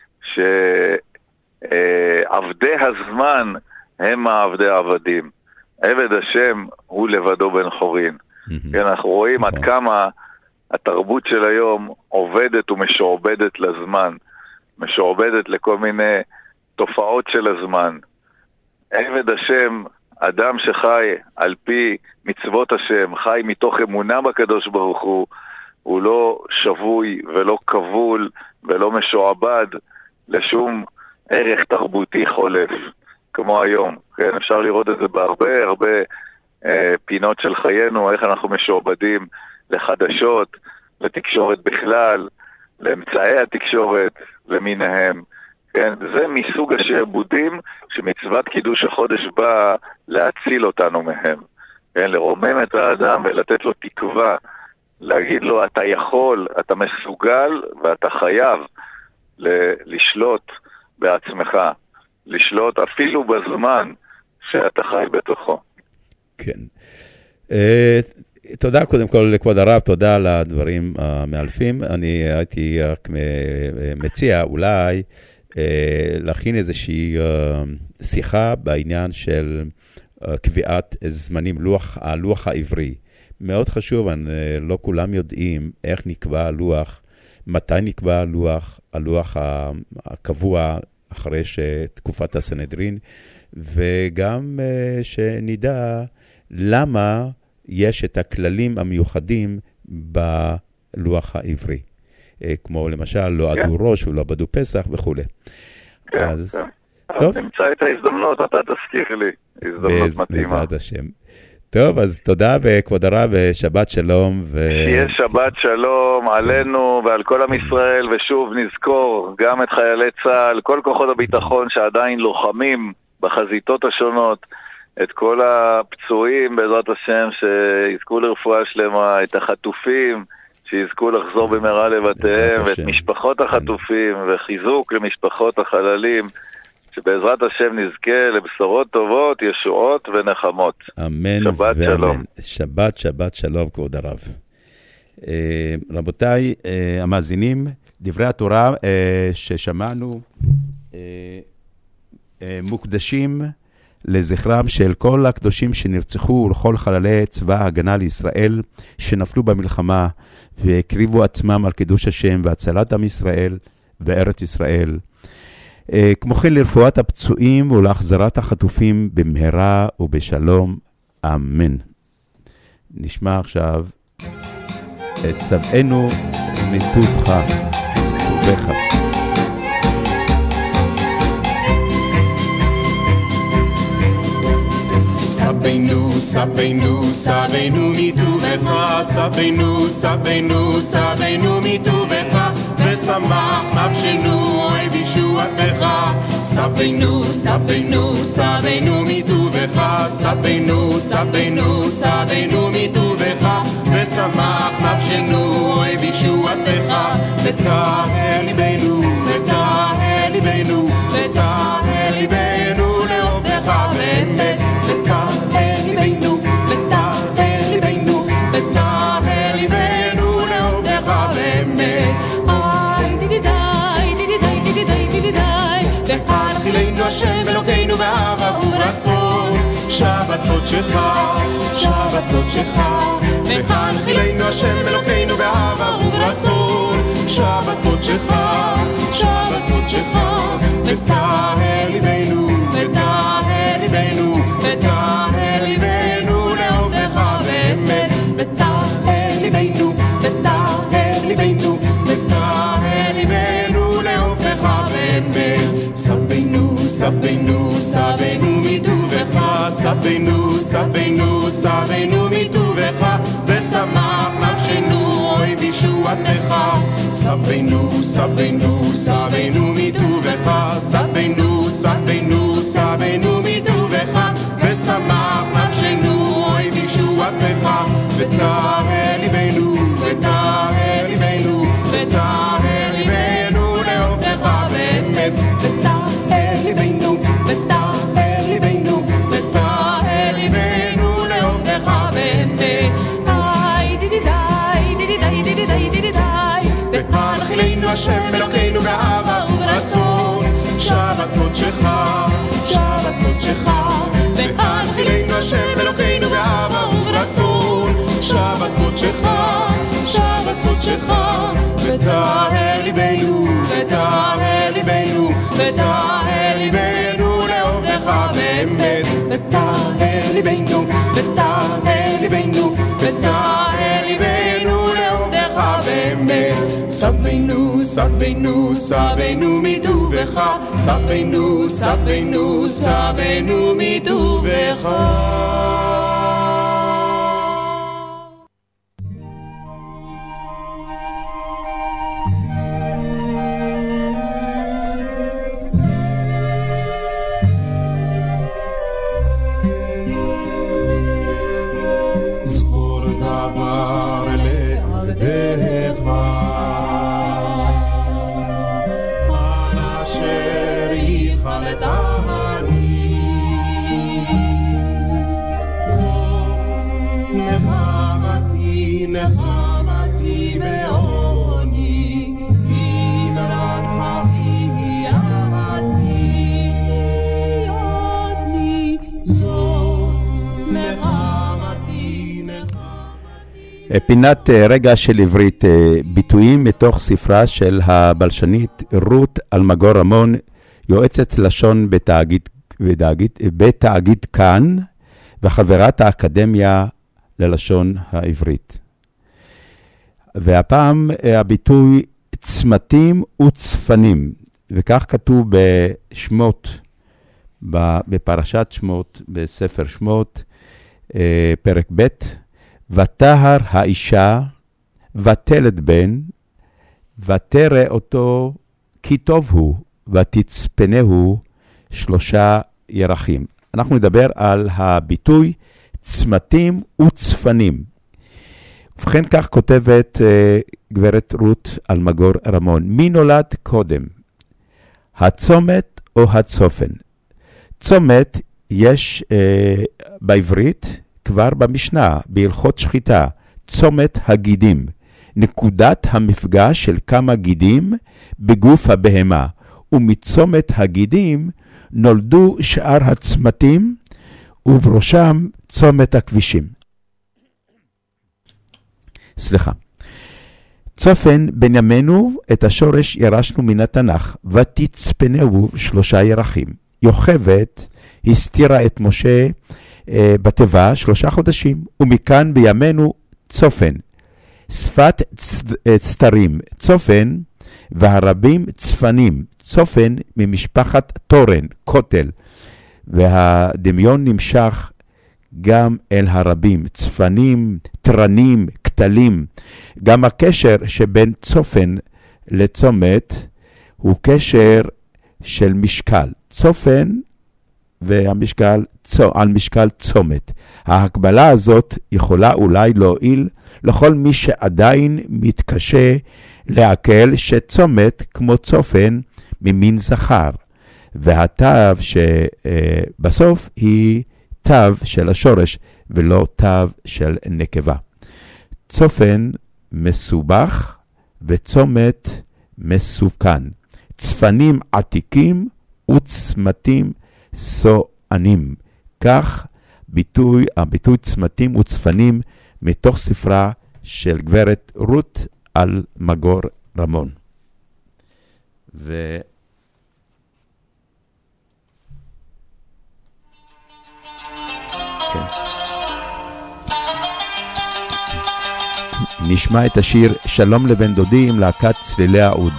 שעבדי הזמן הם העבדי העבדים, עבד השם הוא לבדו בן חורין. כן, אנחנו רואים עד כמה התרבות של היום עובדת ומשועבדת לזמן, משועבדת לכל מיני תופעות של הזמן. עבד השם, אדם שחי על פי מצוות השם, חי מתוך אמונה בקדוש ברוך הוא לא שבוי ולא כבול ולא משועבד לשום ערך תרבותי חולף, כמו היום. כן, אפשר לראות את זה בהרבה פינות של חיינו, איך אנחנו משועבדים לחדשות, לתקשורת בכלל, לאמצעי התקשורת למיניהם. כן, זה מסוג השעבודים שמצוות קידוש החודש באה להציל אותנו מהם. כן, לרומם את האדם ולתת לו תקווה, להגיד לו אתה יכול, אתה מסוגל ואתה חייב לשלוט בעצמך, לשלוט אפילו בזמן שאתה חי בתוכו. כן. תודה קודם כל לכבוד הרב, תודה על הדברים המאלפים. אני הייתי רק מציע אולי להכין איזושהי שיחה בעניין של קביעת זמנים, הלוח העברי. מאוד חשוב, לא כולם יודעים איך נקבע הלוח, מתי נקבע הלוח הקבוע אחרי תקופת הסנהדרין, וגם שנדע למה יש את הכללים המיוחדים בלוח העברי. כמו למשל, לא עדו ראש ולא עבדו פסח וכו'. אז טוב. נמצא את ההזדמנות, אתה תזכיר לי. הזדמנות מתאימה. בעזרת השם. טוב, אז תודה וכבוד הרב, ושבת שלום. שיהיה שבת שלום עלינו ועל כל עם ישראל, ושוב נזכור גם את חיילי צה"ל, כל כוחות הביטחון שעדיין לוחמים בחזיתות השונות, את כל הפצועים בעזרת השם שיזכו לרפואה שלמה, את החטופים שיזכו לחזור במהרה לבתיהם, ואת משפחות החטופים, וחיזוק למשפחות החללים, שבעזרת השם נזכה לבשורות טובות, ישועות ונחמות. אמן שבת ואמן. שלום. שבת שלום, כבוד הרב. רבותיי המאזינים, דברי התורה ששמענו מוקדשים לזכרם של כל הקדושים שנרצחו ולכל חללי צבא ההגנה לישראל שנפלו במלחמה והקריבו עצמם על קידוש השם והצלת עם ישראל בארץ ישראל. כמו כן לרפואת הפצועים ולהחזרת החטופים במהרה ובשלום. אמן. נשמע עכשיו את צבאנו מטובך, טובך. סבנו, סבנו, סבנו מטובך, סבנו, סבנו, סבנו מטובך, ושמח נפשנו אוהב ישועתך. סבנו, סבנו, סבנו מטובך, סבנו, סבנו, סבנו מטובך, ושמח נפשנו אוהב ישועתך. ותהל ליבנו, ותהל ליבנו, ותהל ליבנו לאהובך באמת. ותהל ליבנו, ותהל ליבנו, ותהל ליבנו לאהובך באמת. והנחילנו השם אלוקינו באהבה וברצון, שבת קודשך, שבת קודשך. והנחילנו השם אלוקינו באהבה וברצון, שבת קודשך, שבת קודשך. ותהל ליבנו, ותהל ליבנו, ותהל ליבנו לאהובך באמת. ותהל ליבנו, ותהל ליבנו, ותהל ליבנו לאהובך באמת. סבנו, סבנו, סבנו מטובך, סבנו, סבנו, סבנו מטובך, ושמח נפשנו אוהב ישועתך. סבנו, סבנו, סבנו מטובך, סבנו, סבנו, סבנו מטובך, ושמח נפשנו אוהב ישועתך. ותהל ליבנו, ותהל ליבנו, ותהל ליבנו לאהובך באמת. ותהל ליבנו, ותהל ליבנו, ותהל ליבנו לאהובך באמת. והנחילנו השם אלוקינו באהבה וברצון, שבת קודשך, שבת קודשך. והנחילנו השם אלוקינו באהבה וברצון, שבת קודשך, שבת קודשך. ותהל ליבנו, ותהל ליבנו, ותהל ליבנו לאהובך באמת. ותהל ליבנו, ותהל ליבנו, ותהל ליבנו לאהובך באמת. סבנו, סבנו, סבנו מטובך, סבנו, סבנו, סבנו מטובך. זכור דבר לעבדך על אשר יכלתני, זאת נחמתי, נחמתי בעוני, כי ברת אחי ידני, זאת נחמתי, נחמתי. פינת רגע של עברית, ביטויים מתוך ספרה של הבלשנית רות אלמגור רמון, יועצת לשון בתאגיד כאן, וחברת האקדמיה ללשון העברית. והפעם הביטוי צמתים וצפנים, וכך כתוב בשמות, בפרשת שמות, בספר שמות, פרק ב', ותהר האישה, ותלד בן, ותרא אותו כי טוב הוא, ותצפנהו 3 ירחים. אנחנו נדבר על הביטוי צמתים וצפנים. ובכן כך כותבת גברת רות אלמגור רמון, מי נולד קודם? הצומת או הצופן? צומת יש בעברית כבר במשנה, בהלכות שחיטה, צומת הגידים, נקודת המפגש של כמה גידים בגוף הבהמה, ומצומת הגידים נולדו שאר הצמתים, ובראשם צומת הכבישים. סליחה. צופן בן ימינו, את השורש ירשנו מן התנ"ך, ותצפנהו 3 ירחים. יוכבד הסתירה את משה בתיבה 3 חודשים, ומכאן בימינו צופן. שפת צתרים, צופן, והרבים צפנים, צופן ממשפחת תורן, כותל, והדמיון נמשך גם אל הרבים, צפנים, תרנים, כתלים. גם הקשר שבין צופן לצומת הוא קשר של משקל. צופן והמשקל על משקל צומת. ההקבלה הזאת יכולה אולי להועיל לכל מי שעדיין מתקשה לעכל שצומת כמו צופן ממין זכר, והתו שבסוף היא תו של השורש ולא תו של נקבה. צופן מסובך וצומת מסוכן. צפנים עתיקים וצמתים סוענים. כך הביטוי צמתים וצפנים מתוך ספרה של גברת רות אלמגור רמון. כן. נשמע את השיר שלום לבן דודי עם להקת צלילי העוד.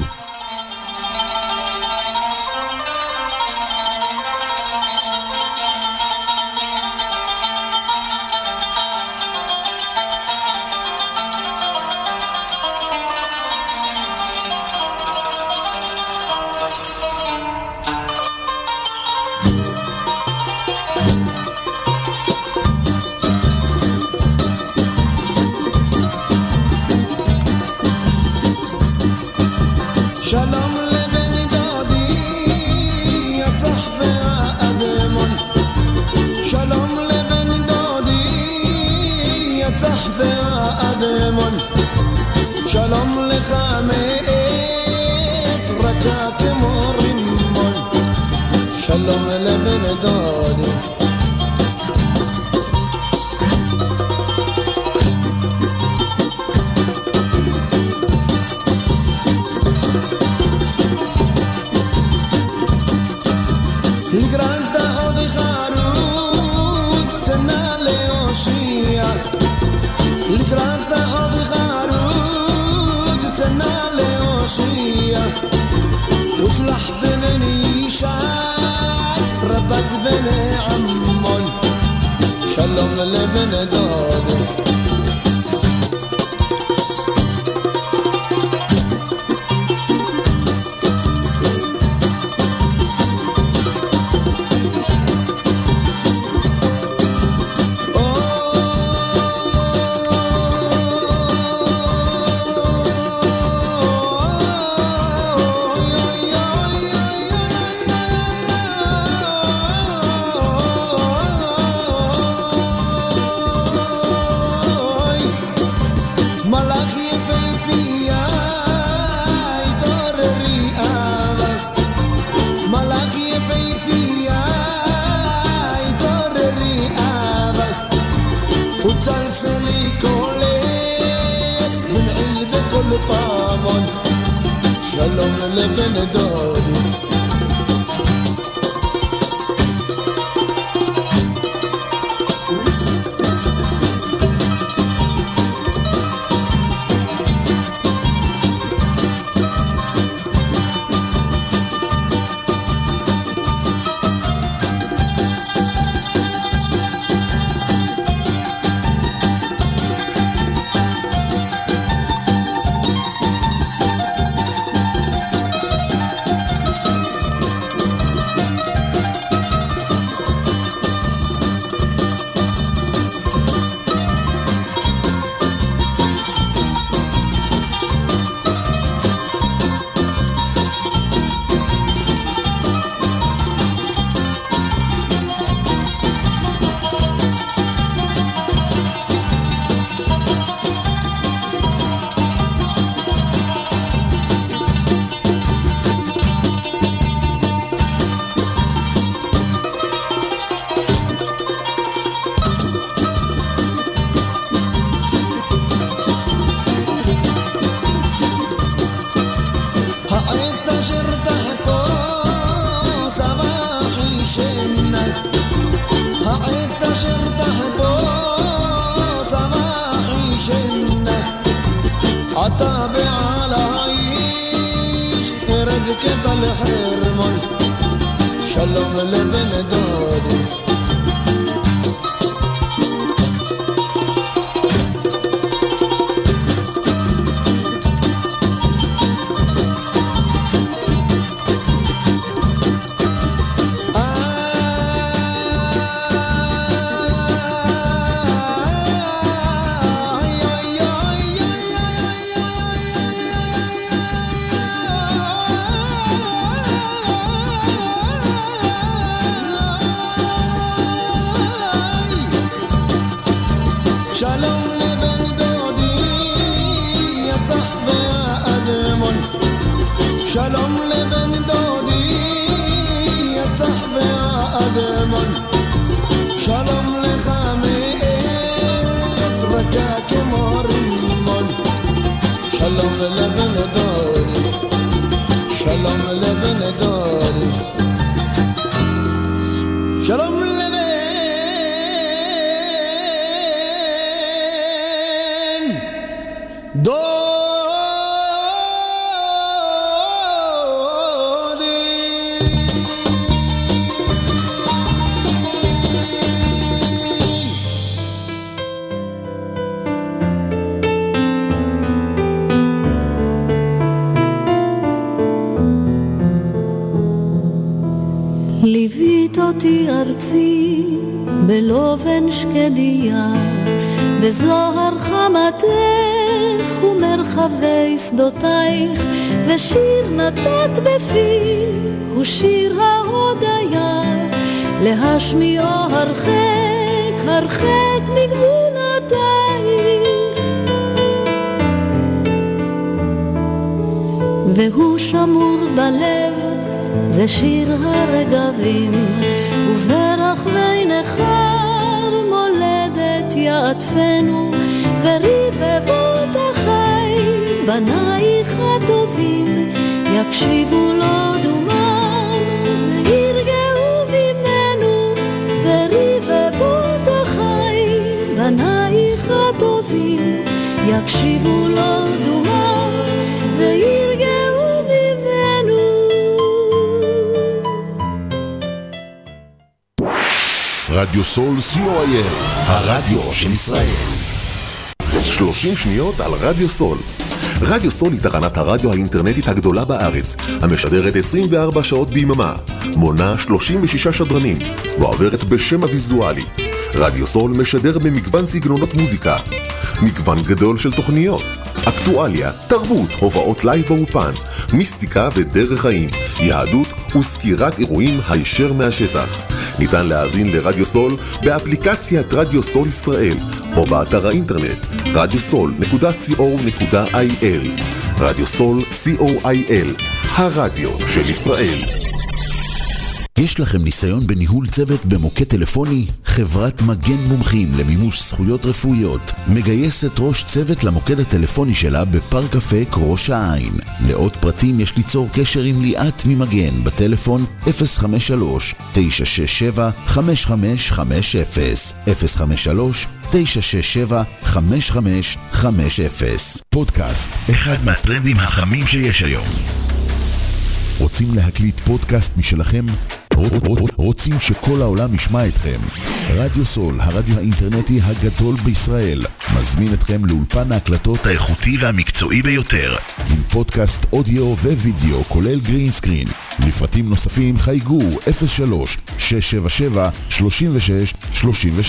שקט על חרמון, שלום לבן דודי. שלום לבן דודי, יצח והאדמון, שלום לך מאת רכה כמו רימון, שלום לבן דודי, שלום לבן דודי, שלום לבן דודי. ליווית אותי ארצי בלובן שקדיה, בזוהר חמתך ומרחבי שדותייך, ושיר נתת בפי הוא שיר ההודיה, להשמיעו הרחק הרחק מגבולותייך. והוא שמור בלב, זה שיר הרגבים, וברחבי נחר מולדת יעטפנו, ורבבות החיים בנייך הטובים יקשיבו לו דומם וירגעו ממנו, ורבבות החיים בנייך הטובים יקשיבו לו דומם וירגעו ממנו. רדיו סול co.il, הרדיו של ישראל. 30 שניות על רדיו סול. רדיו סול היא תחנת הרדיו האינטרנטית הגדולה בארץ, המשדרת 24 שעות ביממה, מונה 36 שדרנים, ועוברת בשם הוויזואלי. רדיו סול משדר במגוון סגנונות מוזיקה, מגוון גדול של תוכניות, אקטואליה, תרבות, הופעות לייב באופן, מיסטיקה ודרך חיים, יהדות וסקירת אירועים הישר מהשטח. ניתן להאזין לרדיו סול באפליקציית רדיו סול ישראל, או באתר האינטרנט radiosol.co.il. רדיו סול co.il, הרדיו של ישראל. יש לכם ניסיון בניהול צוות במוקד טלפוני? חברת מגן מומחים למימוש זכויות רפואיות מגייסת ראש צוות למוקד הטלפוני שלה בפארק אפק ראש העין. לעוד פרטים יש ליצור קשר עם ליאת ממגן בטלפון 053-967-5550, 053-967-5550. פודקאסט, אחד מהטרנדים החמים שיש היום. רוצים להקליט פודקאסט משלכם? רוצים שכל העולם ישמע אתכם? רדיו סול, הרדיו האינטרנטי הגדול בישראל, מזמין אתכם לאולפן ההקלטות האיכותי והמקצועי ביותר, עם פודקאסט אודיו ווידאו כולל גרין סקרין. לפרטים נוספים חייגו 03-677-3636.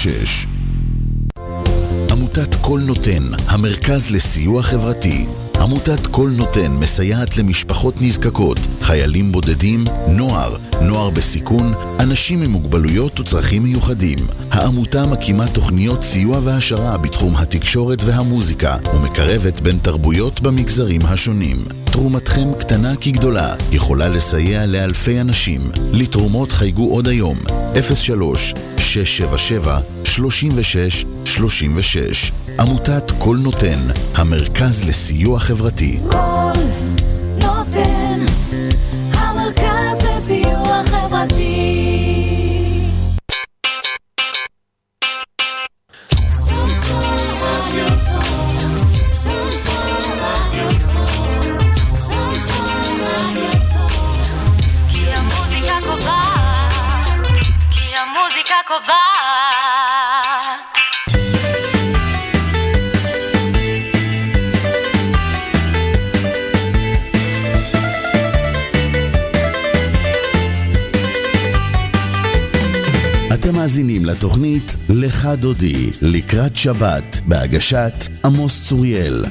עמותת כל נותן, המרכז לסיוע חברתי. עמותת כל נותן מסייעת למשפחות נזקקות, חיילים בודדים, נוער בסיכון, אנשים עם מוגבלויות וצרכים מיוחדים. העמותה מקימה תוכניות סיוע והשרה בתחום התקשורת והמוזיקה, ומקרבת בין תרבויות במגזרים השונים. תרומתכם קטנה כגדולה, יכולה לסייע לאלפי אנשים. לתרומות חייגו עוד היום 03-677-3636. עמותת כל נותן, המרכז לסיוע חברתי. כל נותן, המרכז לסיוע חברתי. אתם מאזינים לתוכנית לך דודי לקראת שבת בהגשת עמוס צוריאל.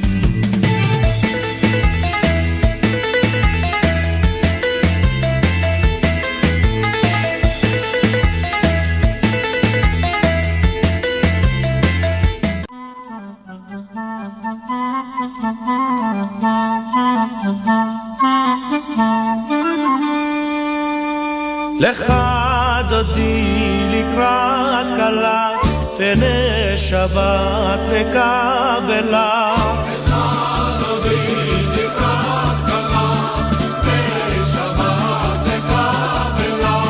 לך דודי לקראת קלה פני שבת נקבלה לך דודי לקראת קלה פני שבת נקבלה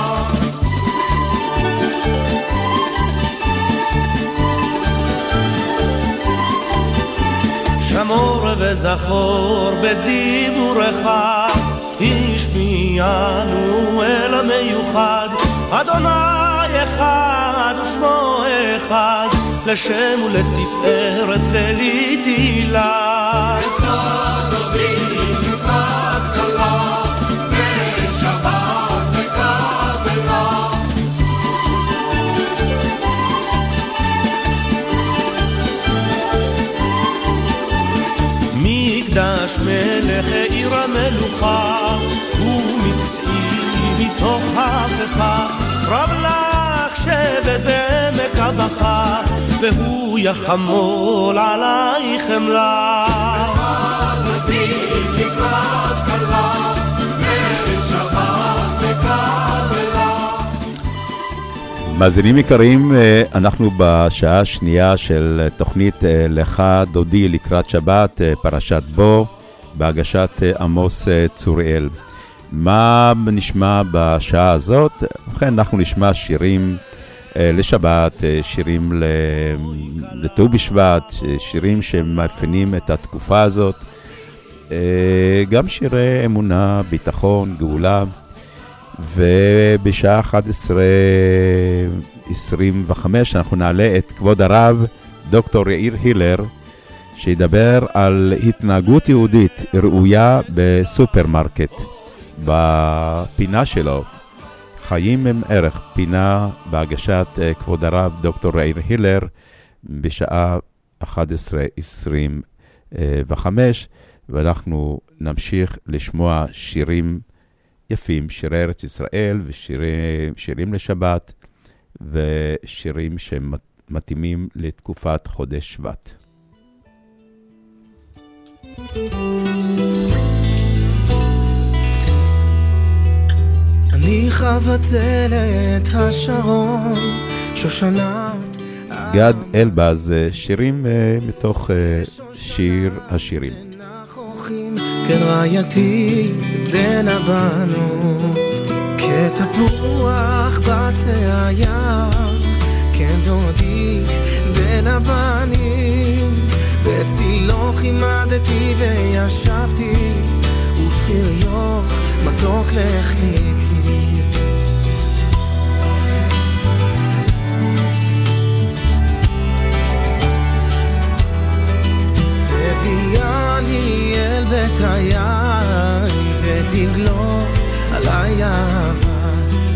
שמור וזכור בדיבורך השמיענו אל המיוחד אדוני אחד ושמו אחד לשם ולתפארת ולתהילה אחד דודי לקראת קלה בשבת נקבלה מקדש מלך עיר המלוכה ומצעי מתוך הפכה רב לך שבט בעמק הבכה והוא יחמול עלייך חמלה אחד דודי לקראת קלה בשבת נקבלה. מאזינים יקרים, אנחנו בשעה השנייה של תוכנית לך דודי לקראת שבת, פרשת בו, בהגשת עמוס צוריאל. מה נשמע בשעה הזאת? ובכן, אנחנו נשמע שירים לשבת, שירים לט"ו בשבט, שירים שמאפיינים את התקופה הזאת, גם שירי אמונה, ביטחון, גאולה, ובשעה 11:25 אנחנו נעלה את כבוד הרב דוקטור יאיר הילר, שידבר על התנהגות יהודית ראויה בסופרמרקט. בפינה שלו, חיים הם ערך, פינה בהגשת כבוד הרב דוקטור יאיר הילר, בשעה 11:25, ואנחנו נמשיך לשמוע שירים יפים, שירי ארץ ישראל ושירים לשבת, ושירים שמתאימים לתקופת חודש שבט. אני חבצלת השרון, שושנת גד אלבז, שירים מתוך שיר השירים. כן רעייתי בין הבנות, כתפוח בצע היער, כן דודי בין הבנים, בצילו חימדתי וישבתי, ופריו מתוק לחיקי. הביאני אל בית היין ותגלור עליי אהבה,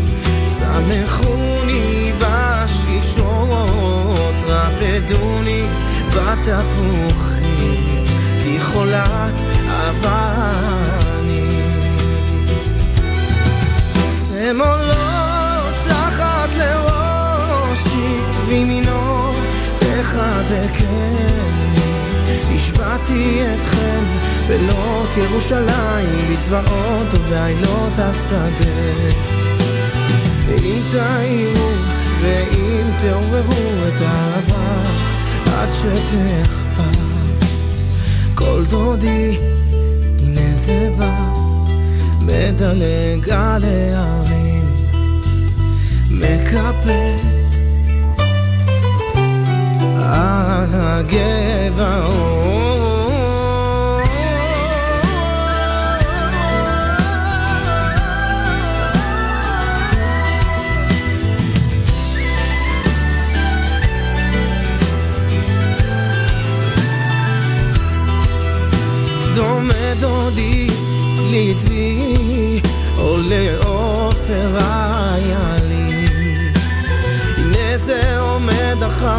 שמחוני בשישות, רפדוני בתפוחים, כי חולת אבני. שמאלות תחת לראשי וימינו תחבקני, השבעתי אתכם בנות ירושלים, בצבאות ובעילות השדה. אם תאירו ואם תעוררו את האהבה עד שתחפץ, כל דודי הנה זה בא, מדלג על הערים, מקפץ על הגבעות. דומה דודי לצבי או לעופר איילים,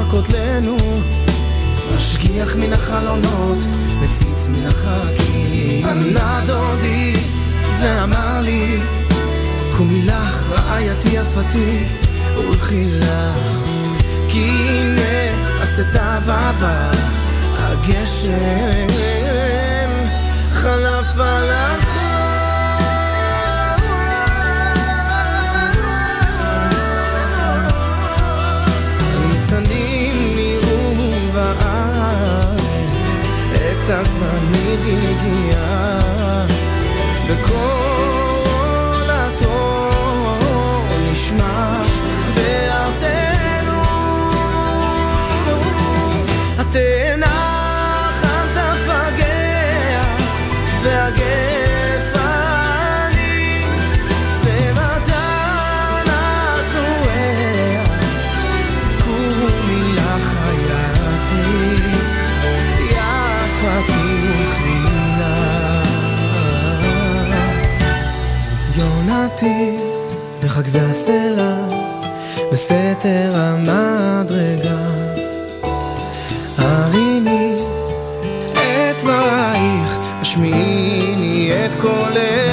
כותלנו, משגיח מן החלונות, מציץ מן החכים. ענה דודי ואמר לי, קומי לך רעייתי יפתי, הולכי לך, כי הנה עשתה ועבר הגשם חלף על הניצנים נראו בארץ, את הזמן הגיע וכל התור נשמע בארצנו. התנח אל תפגע והגפנים סבתן התנועע, קומי לך חייתי יפתי וחילה. יונתי בחגבי הסלע בסתר המדרגה, הריני את מראייך, השמיעיני את קולך.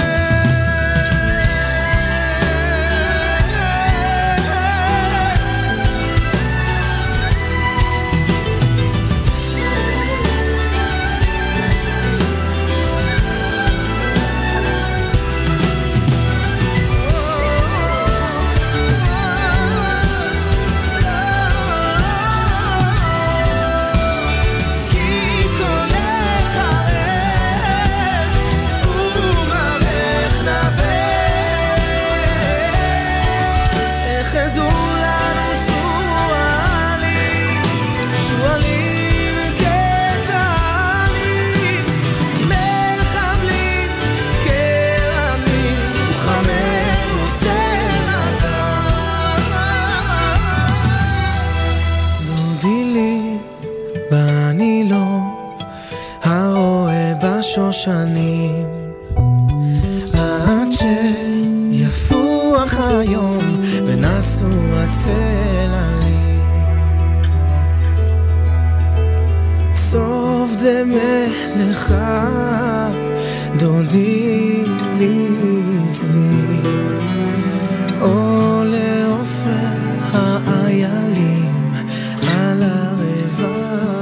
שושנים עד שיפוח היום ונסו הצללים, סוף דמך לך דודי לי צבי, או לעופר האיילים על הרבע.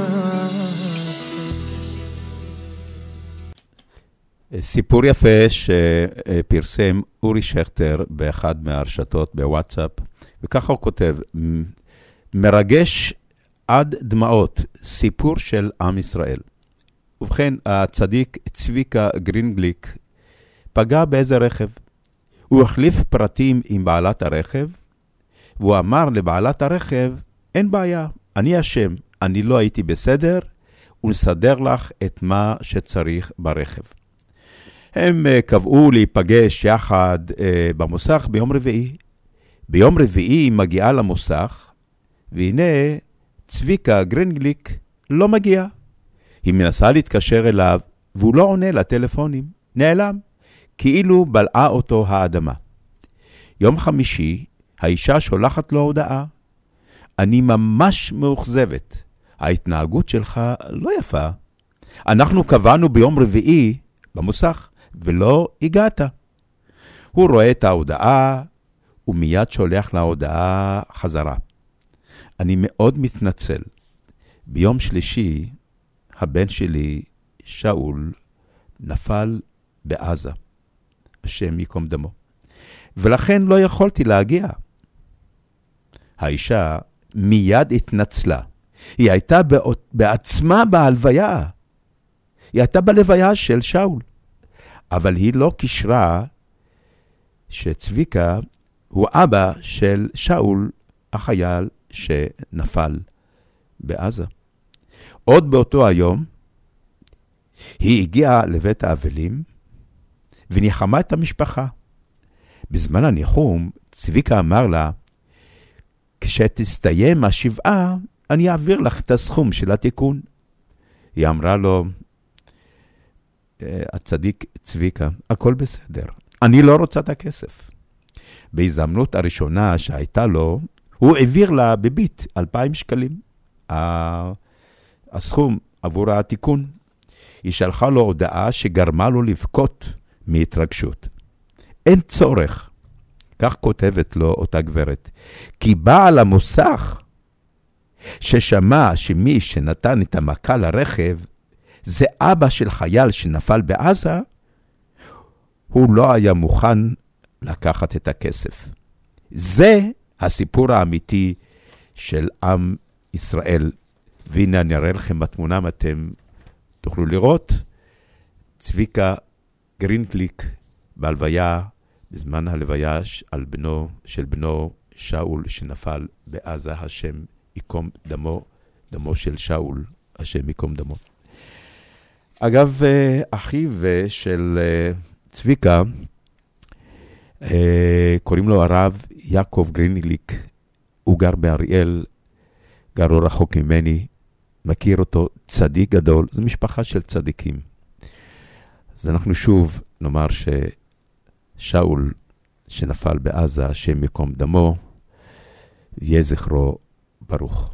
סיפור יפה שפרסם אורי שכטר באחד מהרשתות בוואטסאפ, וככה הוא כותב, מרגש עד דמעות, סיפור של עם ישראל. ובכן, הצדיק צביקה גרינגליק פגע באיזה רכב. הוא החליף פרטים עם בעלת הרכב, והוא אמר לבעלת הרכב, אין בעיה, אני אשם, אני לא הייתי בסדר, ונסדר לך את מה שצריך ברכב. הם קבעו להיפגש יחד במוסך ביום רביעי. ביום רביעי היא מגיעה למוסך, והנה צביקה גרינגליק לא מגיע. היא מנסה להתקשר אליו, והוא לא עונה לטלפונים, נעלם, כאילו בלעה אותו האדמה. יום חמישי, האישה שולחת לו הודעה, אני ממש מאוכזבת, ההתנהגות שלך לא יפה. אנחנו קבענו ביום רביעי במוסך, ולא הגעת. הוא רואה את ההודעה, ומיד שולח להודעה חזרה. אני מאוד מתנצל. ביום שלישי, הבן שלי, שאול, נפל בעזה. השם יקום דמו. ולכן לא יכולתי להגיע. האישה מיד התנצלה. היא הייתה בעצמה בהלוויה. היא הייתה בלוויה של שאול. אבל היא לא קשרה שצביקה הוא אבא של שאול, החייל שנפל בעזה. עוד באותו היום, היא הגיעה לבית האבלים, וניחמה את המשפחה. בזמן הניחום, צביקה אמר לה, כשתסתיים השבעה, אני אעביר לך את הסכום של התיקון. היא אמרה לו, הצדיק צביקה, הכל בסדר. אני לא רוצה את הכסף. בהזדמנות הראשונה שהייתה לו, הוא העביר לה בביט 2,000 שקלים, הסכום עבור התיקון. היא שלחה לו הודעה שגרמה לו לבכות מהתרגשות. אין צורך, כך כותבת לו אותה גברת, כי בעל המוסך ששמע שמי שנתן את המכה לרכב זה אבא של חייל שנפל בעזה, הוא לא היה מוכן לקחת את הכסף. זה הסיפור האמיתי של עם ישראל. והנה אני אראה לכם בתמונה, אתם תוכלו לראות, צביקה גרינגליק בהלוויה, בזמן הלוויה של בנו שאול שנפל בעזה, השם יקום דמו, דמו של שאול, השם יקום דמו. אגב, אחיו של צביקה, קוראים לו הרב יעקב גרינגליק, הוא גר באריאל, גר לא רחוק ממני, מכיר אותו, צדיק גדול, זו משפחה של צדיקים. אז אנחנו שוב נאמר ששאול שנפל בעזה, השם יקום דמו, יהיה זכרו ברוך.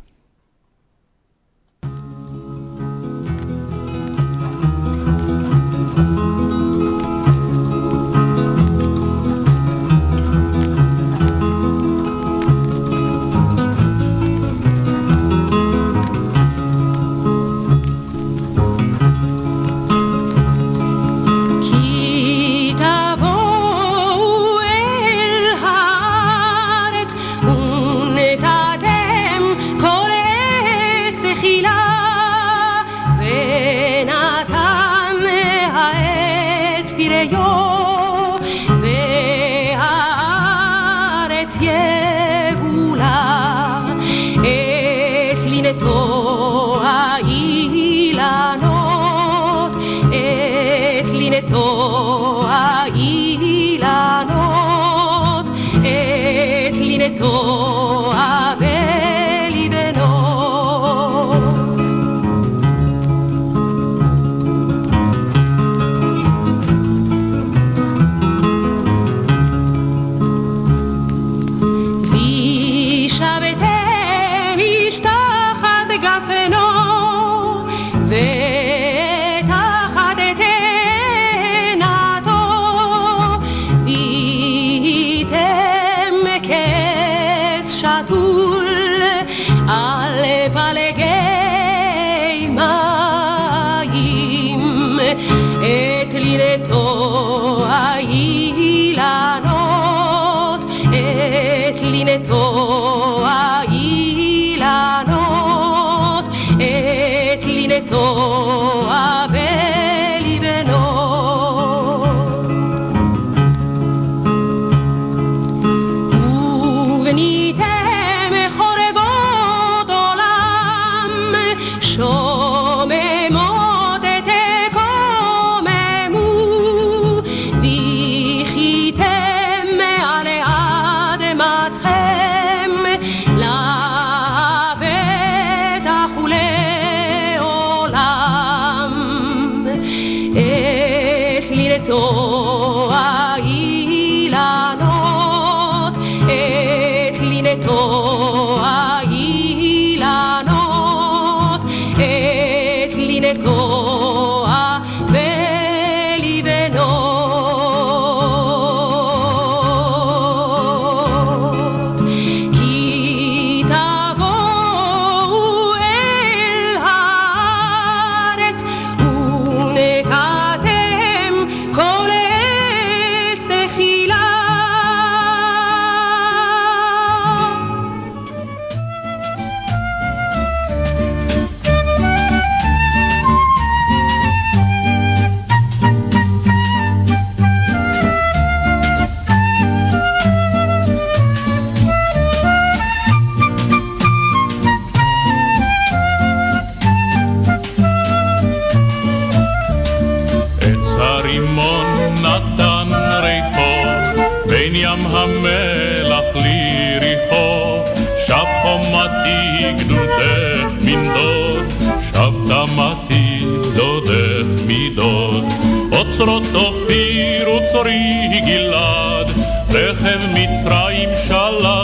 אוצרות אופיר וצורי גלעד, רכב מצרים שללתי לך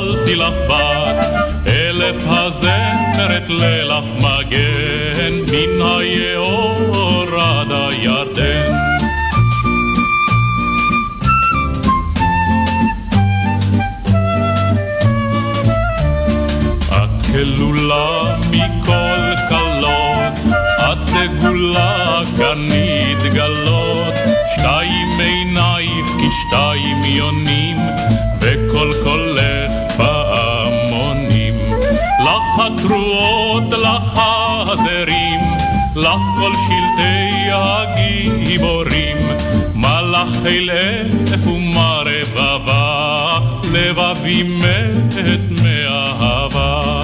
לך בת, אלף הזמרת לילך מגן, מן היאור עד הירדן. את כלולה מכל כלות, את דגולה גנית גלות, שתיים עינייך כשתיים יונים, וכל קולך פעמונים. לך התרועות, לך הזרים, לך כל שלטי הגיבורים, מלאך אל אלף ומה רבבה, לבבי מת מאהבה.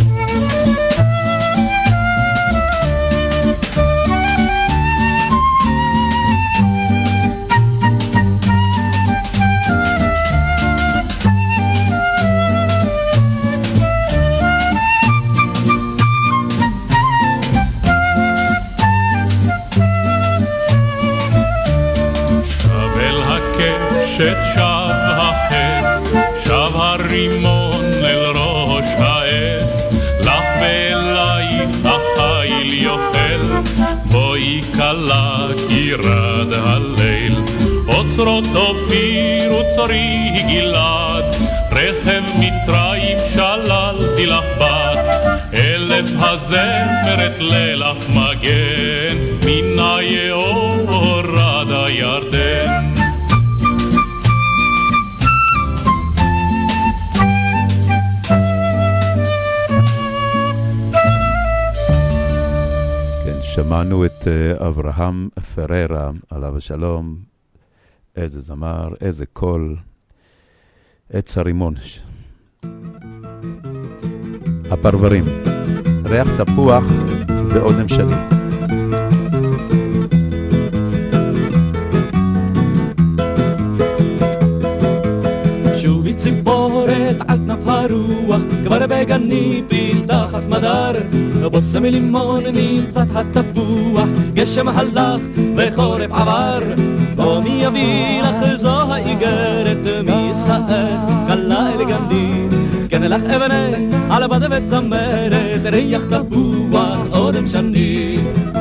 שב החץ, שב הרימון אל ראש העץ, לך ואלייך החיל יוכל, בואי קלה כי רד הליל. אוצרות אופיר וצורי גלעד, רכב מצרים שללתי לך בת, אלף הזמרת לילך מגן, מן היאור עד הירדן. שמענו את אברהם פררה, עליו השלום, איזה זמר, איזה קול, עץ הרימון. הפרברים, ריח תפוח ואודם שלי. שובי ציפורת על כנף הרוח, כבר בגני פילתה חסמדר, בושם לימון מצד התפוח, גשם הלך וחורף עבר. בוא מי יביא לך זו האיגרת, מי יסער קלה אל גני, כן לך אבנה על בד וצמרת, ריח תפוח אודם שני.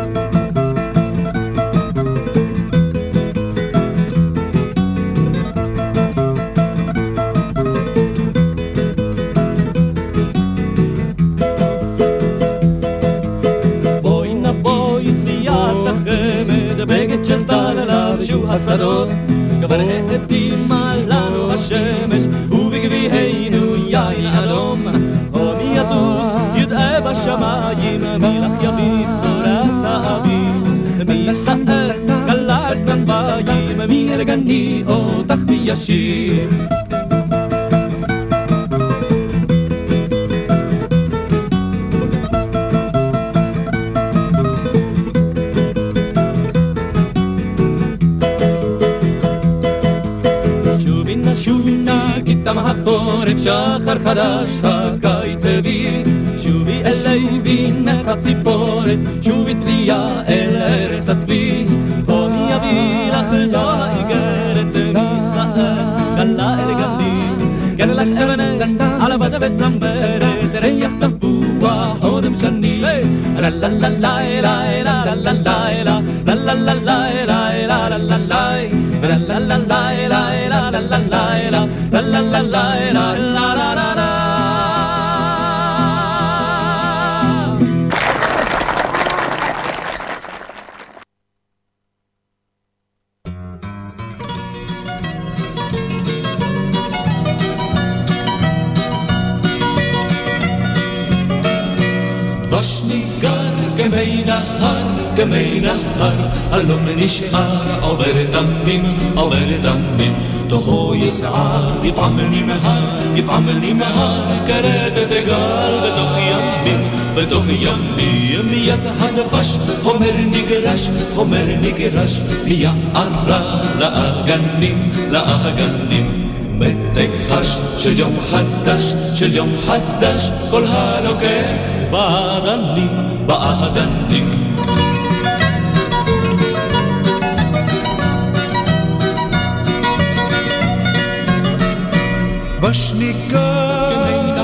השדות, כבר העדימה לנו השמש, ובגביענו יין אדום. או מי יטוס ידעה בשמיים, מי לך יביא בשורת האביב, מי יסער קלה כנפיים, מי ארגני אותך מי ישיב. החורף שחר חדש הקיץ הביא, שובי אלי בינך הציפורת, שובי צביה אל ארץ הצבי. בוא מי יביא לך זו האיגרת, מי יסער קלה אל גני, כן לך אבנה על בד וצמרת, ריח תפוח אודם שני. לה לה לה לה לה לה לה לה לה לה לה לה לה לה לה לה la la la la la la la la la la la la la la la la. דבש ניגר כמי נהר, הלום נשאר עובר דמים, תוכו יסער, יפעמני מהר, כרתת גל בתוך ימים, יז הדבש, חומר נגרש, מיערה לאגנים, מתק חש של יום חדש, כל הנוגע באדנים. בשניקה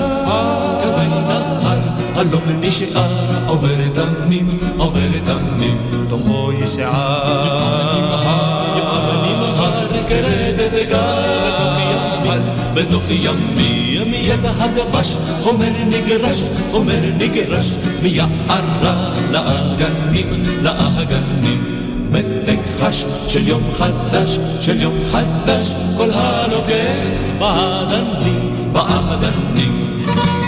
נהר, הלום נשאר עובר דמים, עובר דמים, תוכו ישער. יפעמני מהר כרדת גל בתוך ימי, בתוך ימי, מיזע הדבש, חומר נגרש, חומר נגרש, מיערה לאגנים, לאגנים. מתק חש של יום חדש, של יום חדש, כל הנוגע בעדנים, בעדנים.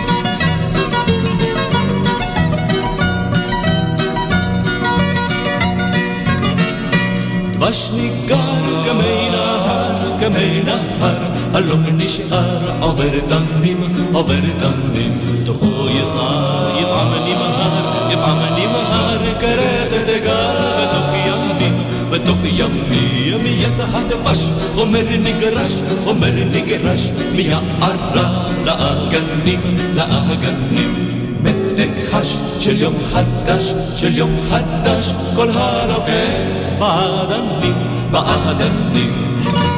דבש ניגר כמי נהר, כמי נהר, הלום נשאר עובר דמים, עובר דמים. תוכו יסער, יפעמני מהר, יפעמני מהר, כרדת גל בתוך ימים, בתוך ימי, מיזע הדבש, חומר נגרש, חומר נגרש, מיערה לאגנים, לאגנים. מתק חש של יום חדש, של יום חדש, כל הנוגע בעדנים, בעדנים.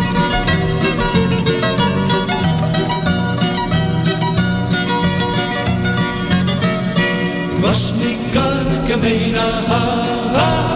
דבש ניגר כמי נהר,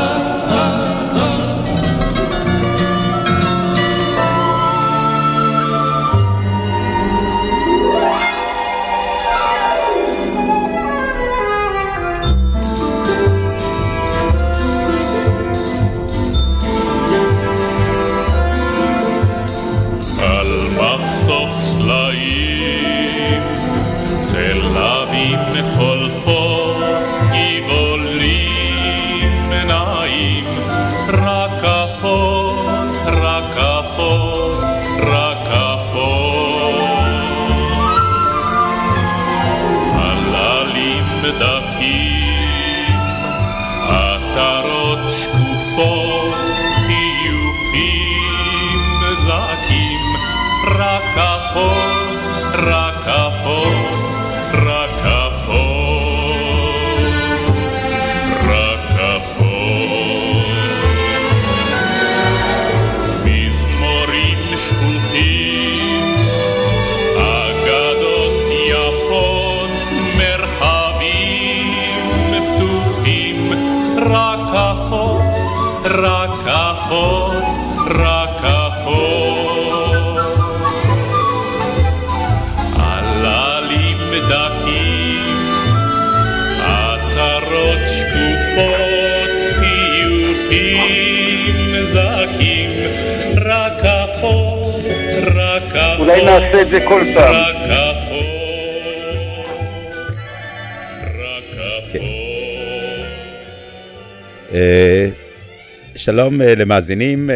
אולי נעשה את זה כל פעם. שלום למאזינים,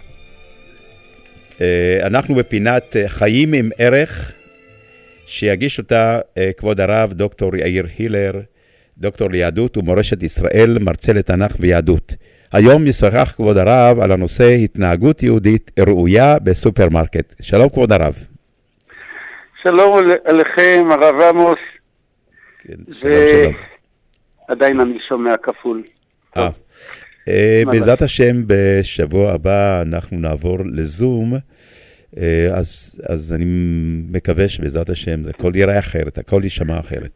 אנחנו בפינת חיים עם ערך שיגיש אותה כבוד הרב דוקטור יאיר הילר, דוקטור ליהדות ומורשת ישראל, מרצה לתנ"ך ויהדות. היום ישוחח כבוד הרב על הנושא התנהגות יהודית ראויה בסופרמרקט. שלום כבוד הרב. שלום עליכם הרב עמוס. כן, שלום. עדיין אני שומע כפול. בעזרת השם בשבוע הבא אנחנו נעבור לזום, אז אני מקווה שבעזרת השם זה הכל יראה אחרת, הכל יישמע אחרת.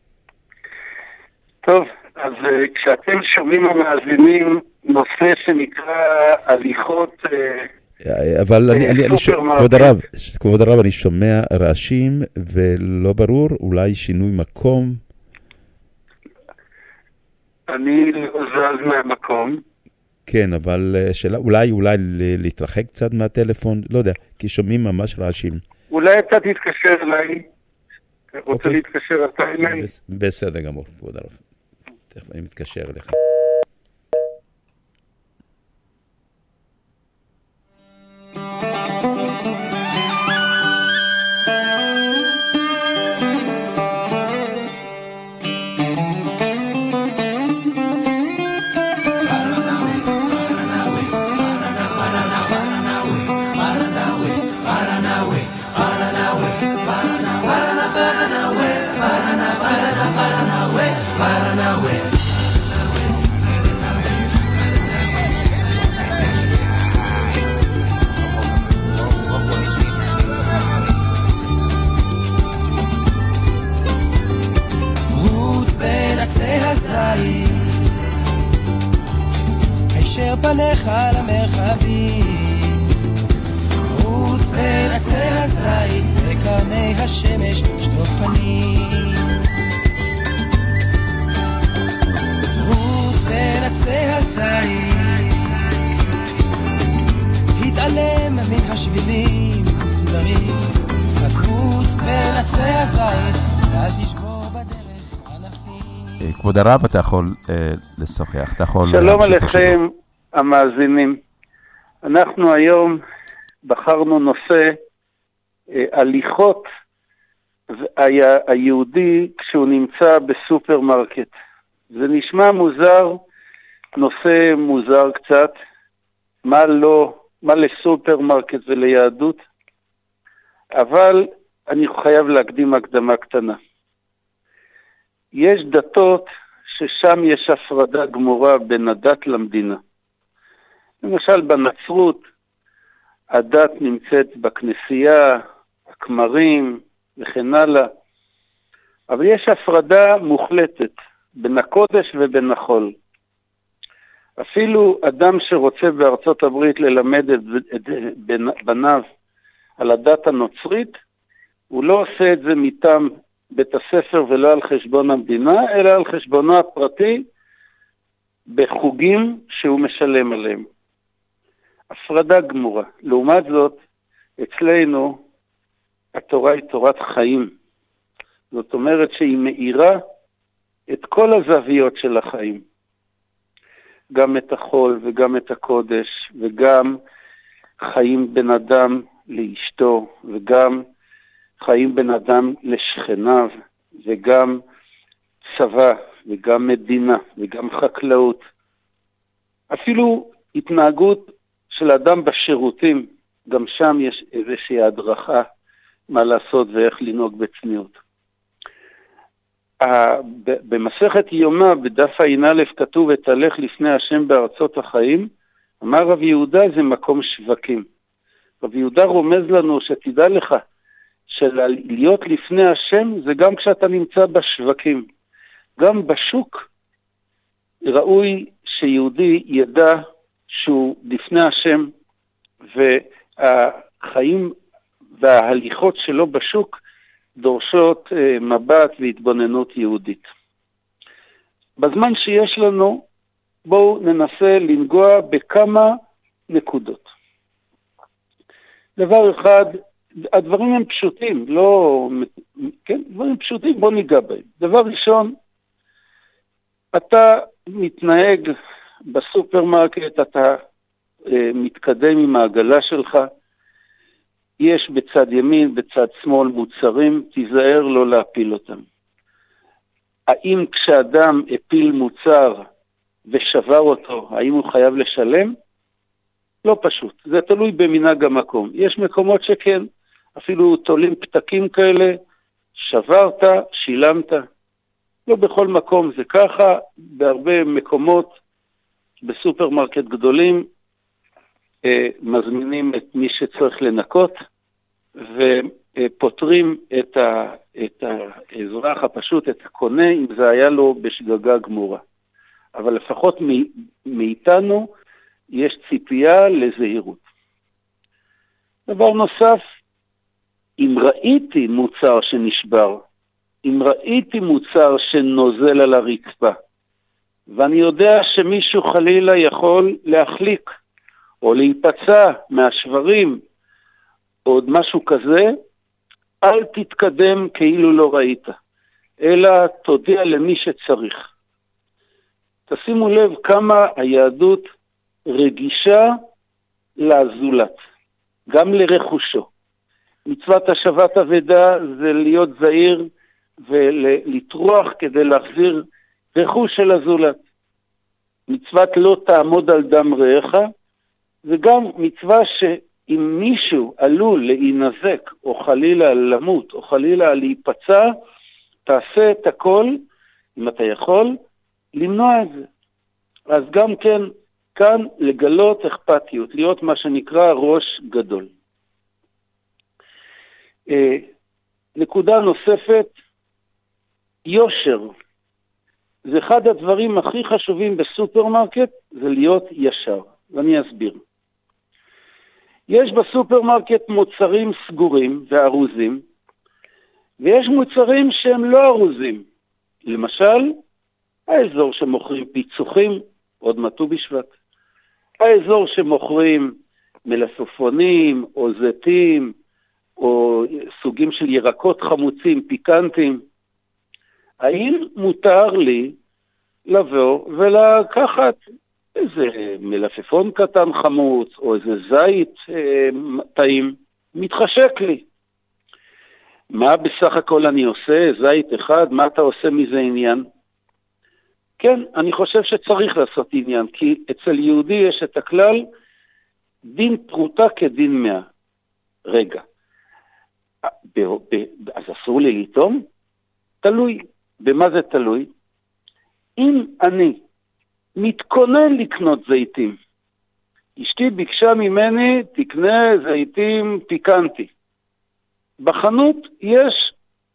טוב, אז כשאתם שומעים המאזינים נושא שנקרא הליכות אבל כבוד הרב, אני שומע רעשים ולא ברור, אולי שינוי מקום. אני זז מהמקום. כן, אבל שאלה, אולי להתרחק קצת מהטלפון, לא יודע, כי שומעים ממש רעשים. אולי אתה תתקשר אליי, רוצה להתקשר אתה אליי? בסדר גמור, כבוד הרב. תכף אני מתקשר אליך. פניך למרחבים, רוץ בין עצי הזית וקרני השמש, שטוף פנים. רוץ בין עצי הזית, התעלם מן השבילים מסודרים, רק רוץ בין עצי הזית, אל תשבור בדרך ענפים. כבוד הרב, אתה יכול לשוחח, אתה יכול... שלום עליכם המאזינים. אנחנו היום בחרנו נושא הליכות היהודי כשהוא נמצא בסופרמרקט. זה נשמע מוזר, נושא מוזר קצת, מה לסופרמרקט וליהדות, אבל אני חייב להקדים הקדמה קטנה. יש דתות ששם יש הפרדה גמורה בין הדת למדינה. למשל בנצרות, הדת נמצאת בכנסייה, הכמרים וכן הלאה, אבל יש הפרדה מוחלטת בין הקודש ובין החול. אפילו אדם שרוצה בארצות הברית ללמד את בניו על הדת הנוצרית, הוא לא עושה את זה מטעם בית הספר ולא על חשבון המדינה, אלא על חשבונו הפרטי בחוגים שהוא משלם עליהם. הפרדה גמורה. לעומת זאת, אצלנו התורה היא תורת חיים. זאת אומרת שהיא מאירה את כל הזוויות של החיים. גם את החול וגם את הקודש, וגם חיים בין אדם לאשתו, וגם חיים בין אדם לשכניו, וגם צבא, וגם מדינה, וגם חקלאות. אפילו התנהגות של אדם בשירותים, גם שם יש איזושהי הדרכה מה לעשות ואיך לנהוג בצניעות. במסכת יומא, בדף ע"א כתוב, ותלך לפני השם בארצות החיים, אמר רב יהודה, זה מקום שווקים. רב יהודה רומז לנו שתדע לך, שלהיות לפני השם זה גם כשאתה נמצא בשווקים. גם בשוק ראוי שיהודי ידע שהוא לפני השם, והחיים וההליכות שלו בשוק דורשות מבט והתבוננות יהודית. בזמן שיש לנו, בואו ננסה לנגוע בכמה נקודות. דבר אחד, הדברים הם פשוטים, כן, דברים פשוטים, בואו ניגע בהם. דבר ראשון, אתה מתנהג בסופרמרקט, אתה מתקדם עם העגלה שלך, יש בצד ימין, בצד שמאל מוצרים, תיזהר לא להפיל אותם. האם כשאדם הפיל מוצר ושבר אותו, האם הוא חייב לשלם? לא פשוט, זה תלוי במנהג המקום. יש מקומות שכן, אפילו תולים פתקים כאלה, שברת, שילמת. לא בכל מקום זה ככה, בהרבה מקומות, בסופרמרקט גדולים, מזמינים את מי שצריך לנקות, ופותרים את האזרח הפשוט, את הקונה, אם זה היה לו בשגגה גמורה. אבל לפחות מאיתנו יש ציפייה לזהירות. דבר נוסף, אם ראיתי מוצר שנשבר, אם ראיתי מוצר שנוזל על הרצפה, ואני יודע שמישהו חלילה יכול להחליק, או להיפצע מהשברים, או עוד משהו כזה, אל תתקדם כאילו לא ראית, אלא תודיע למי שצריך. תשימו לב כמה היהדות רגישה לזולת, גם לרכושו. מצוות השבת אבדה זה להיות זהיר ולטרוח כדי להחזיר רכוש של הזולת. מצוות לא תעמוד על דם רעך, וגם מצווה שאם מישהו עלול להינזק, או חלילה למות, או חלילה להיפצע, תעשה את הכל, אם אתה יכול, למנוע את זה. אז גם כן, כאן לגלות אכפתיות, להיות מה שנקרא ראש גדול. נקודה נוספת, יושר. זה אחד הדברים הכי חשובים בסופרמרקט, זה להיות ישר. ואני אסביר. יש בסופרמרקט מוצרים סגורים וארוזים, ויש מוצרים שהם לא ארוזים. למשל, האזור שמוכרים פיצוחים, עוד מט"ו בשבט. האזור שמוכרים מלפפונים או זיתים, או סוגים של ירקות חמוצים, פיקנטים. האם מותר לי לבוא ולקחת איזה מלפפון קטן חמוץ, או איזה זית טעים, מתחשק לי. מה בסך הכל אני עושה? זית אחד, מה אתה עושה מזה עניין? כן, אני חושב שצריך לעשות עניין, כי אצל יהודי יש את הכלל, דין פרוטה כדין 100. רגע, אז אסור לי לטעום? תלוי. במה זה תלוי? אם אני מתכונן לקנות זיתים, אשתי ביקשה ממני, תקנה זיתים פיקנטי. בחנות יש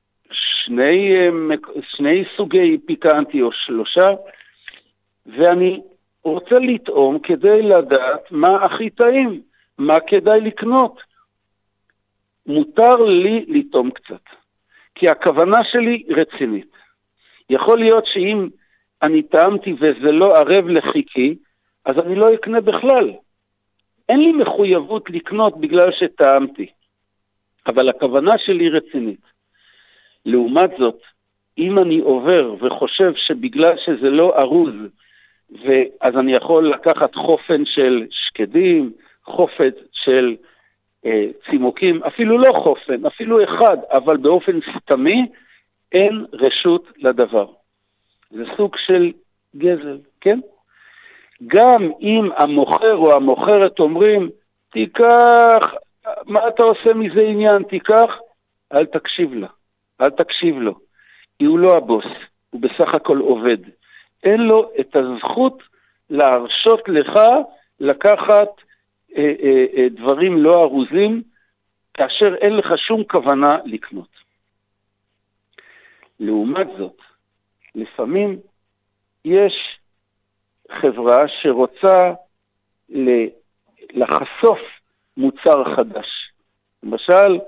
שני סוגי פיקנטי או 3, ואני רוצה לטעום כדי לדעת מה הכי טעים, מה כדאי לקנות. מותר לי לטעום קצת, כי הכוונה שלי רצינית. יכול להיות שאם אני טעמתי וזה לא ערב לחיקי, אז אני לא אקנה בכלל. אין לי מחויבות לקנות בגלל שטעמתי, אבל הכוונה שלי רצינית. לעומת זאת, אם אני עובר וחושב שבגלל שזה לא ארוז, אז אני יכול לקחת חופן של שקדים, חופן של צימוקים, אפילו לא חופן, אפילו אחד, אבל באופן סתמי, אין רשות לדבר. זה סוג של גזל, כן? גם אם המוכר או המוכרת אומרים, תיקח, מה אתה עושה מזה עניין? תיקח, אל תקשיב לה, אל תקשיב לו. כי הוא לא הבוס, הוא בסך הכל עובד. אין לו את הזכות להרשות לך לקחת דברים לא ארוזים, כאשר אין לך שום כוונה לקנות. לעומת זאת, לפעמים יש חברה שרוצה לחשוף מוצר חדש. למשל,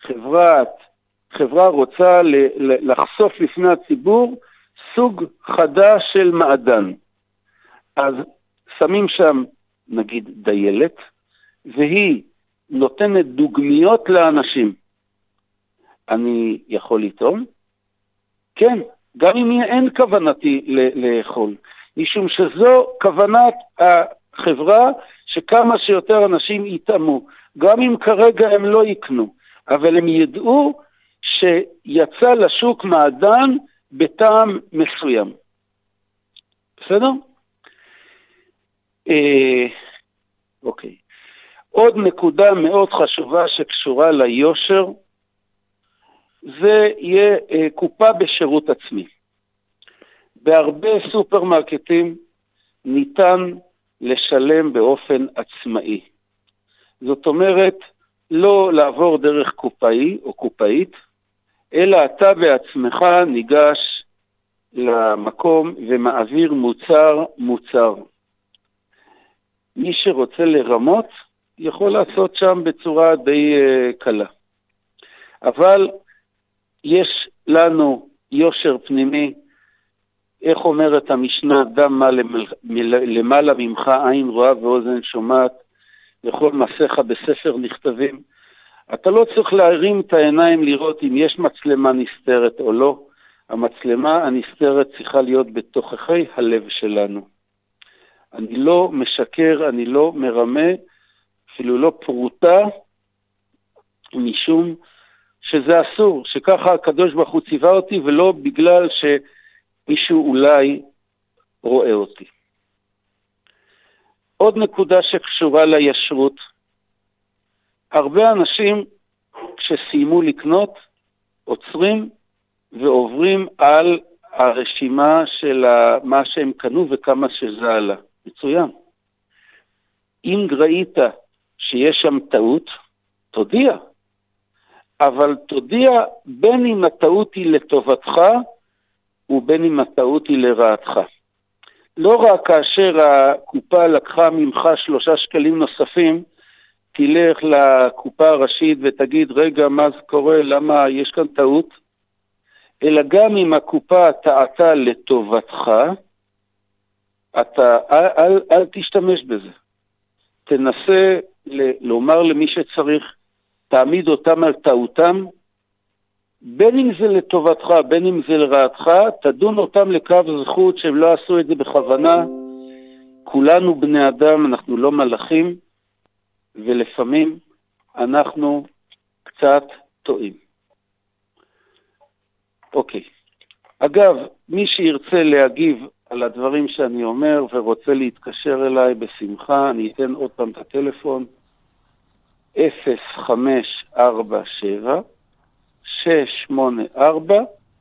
חברה רוצה לחשוף לפני הציבור סוג חדש של מעדן. אז שמים שם, נגיד, דיילת, והיא נותנת דוגמיות לאנשים. אני יכול לטעום? כן, גם אם אין כוונתי לאכול, משום שזו כוונת החברה שכמה שיותר אנשים יטעמו, גם אם כרגע הם לא יקנו, אבל הם ידעו שיצא לשוק מעדן בטעם מסוים. בסדר? אוקיי. עוד נקודה מאוד חשובה שקשורה ליושר, זה יהיה קופה בשירות עצמי. בהרבה סופרמרקטים ניתן לשלם באופן עצמאי. זאת אומרת, לא לעבור דרך קופאי או קופאית, אלא אתה בעצמך ניגש למקום ומעביר מוצר. מי שרוצה לרמות יכול לעשות שם בצורה די קלה. אבל יש לנו יושר פנימי, איך אומרת המשנה, דם מה למעלה ממך עין רואה ואוזן שומעת, וכל מעשיך בספר נכתבים. אתה לא צריך להרים את העיניים לראות אם יש מצלמה נסתרת או לא. המצלמה הנסתרת צריכה להיות בתוככי הלב שלנו. אני לא משקר, אני לא מרמה, אפילו לא פרוטה, משום שזה אסור, שככה הקדוש ברוך הוא ציווה אותי, ולא בגלל שמישהו אולי רואה אותי. עוד נקודה שקשורה לישרות, הרבה אנשים כשסיימו לקנות, עוצרים ועוברים על הרשימה של מה שהם קנו וכמה שזה עלה. מצוין. אם ראית שיש שם טעות, תודיע. אבל תודיע בין אם הטעות היא לטובתך ובין אם הטעות היא לרעתך. לא רק כאשר הקופה לקחה ממך 3 שקלים נוספים, תלך לקופה הראשית ותגיד, רגע, מה זה קורה, למה יש כאן טעות? אלא גם אם הקופה טעתה לטובתך, אל תשתמש בזה. תנסה לומר למי שצריך, תעמיד אותם על טעותם, בין אם זה לטובתך, בין אם זה לרעתך, תדון אותם לקו זכות שהם לא עשו את זה בכוונה. כולנו בני אדם, אנחנו לא מלאכים, ולפעמים אנחנו קצת טועים. אוקיי. אגב, מי שירצה להגיב על הדברים שאני אומר ורוצה להתקשר אליי בשמחה, אני אתן עוד פעם את הטלפון, 0547 684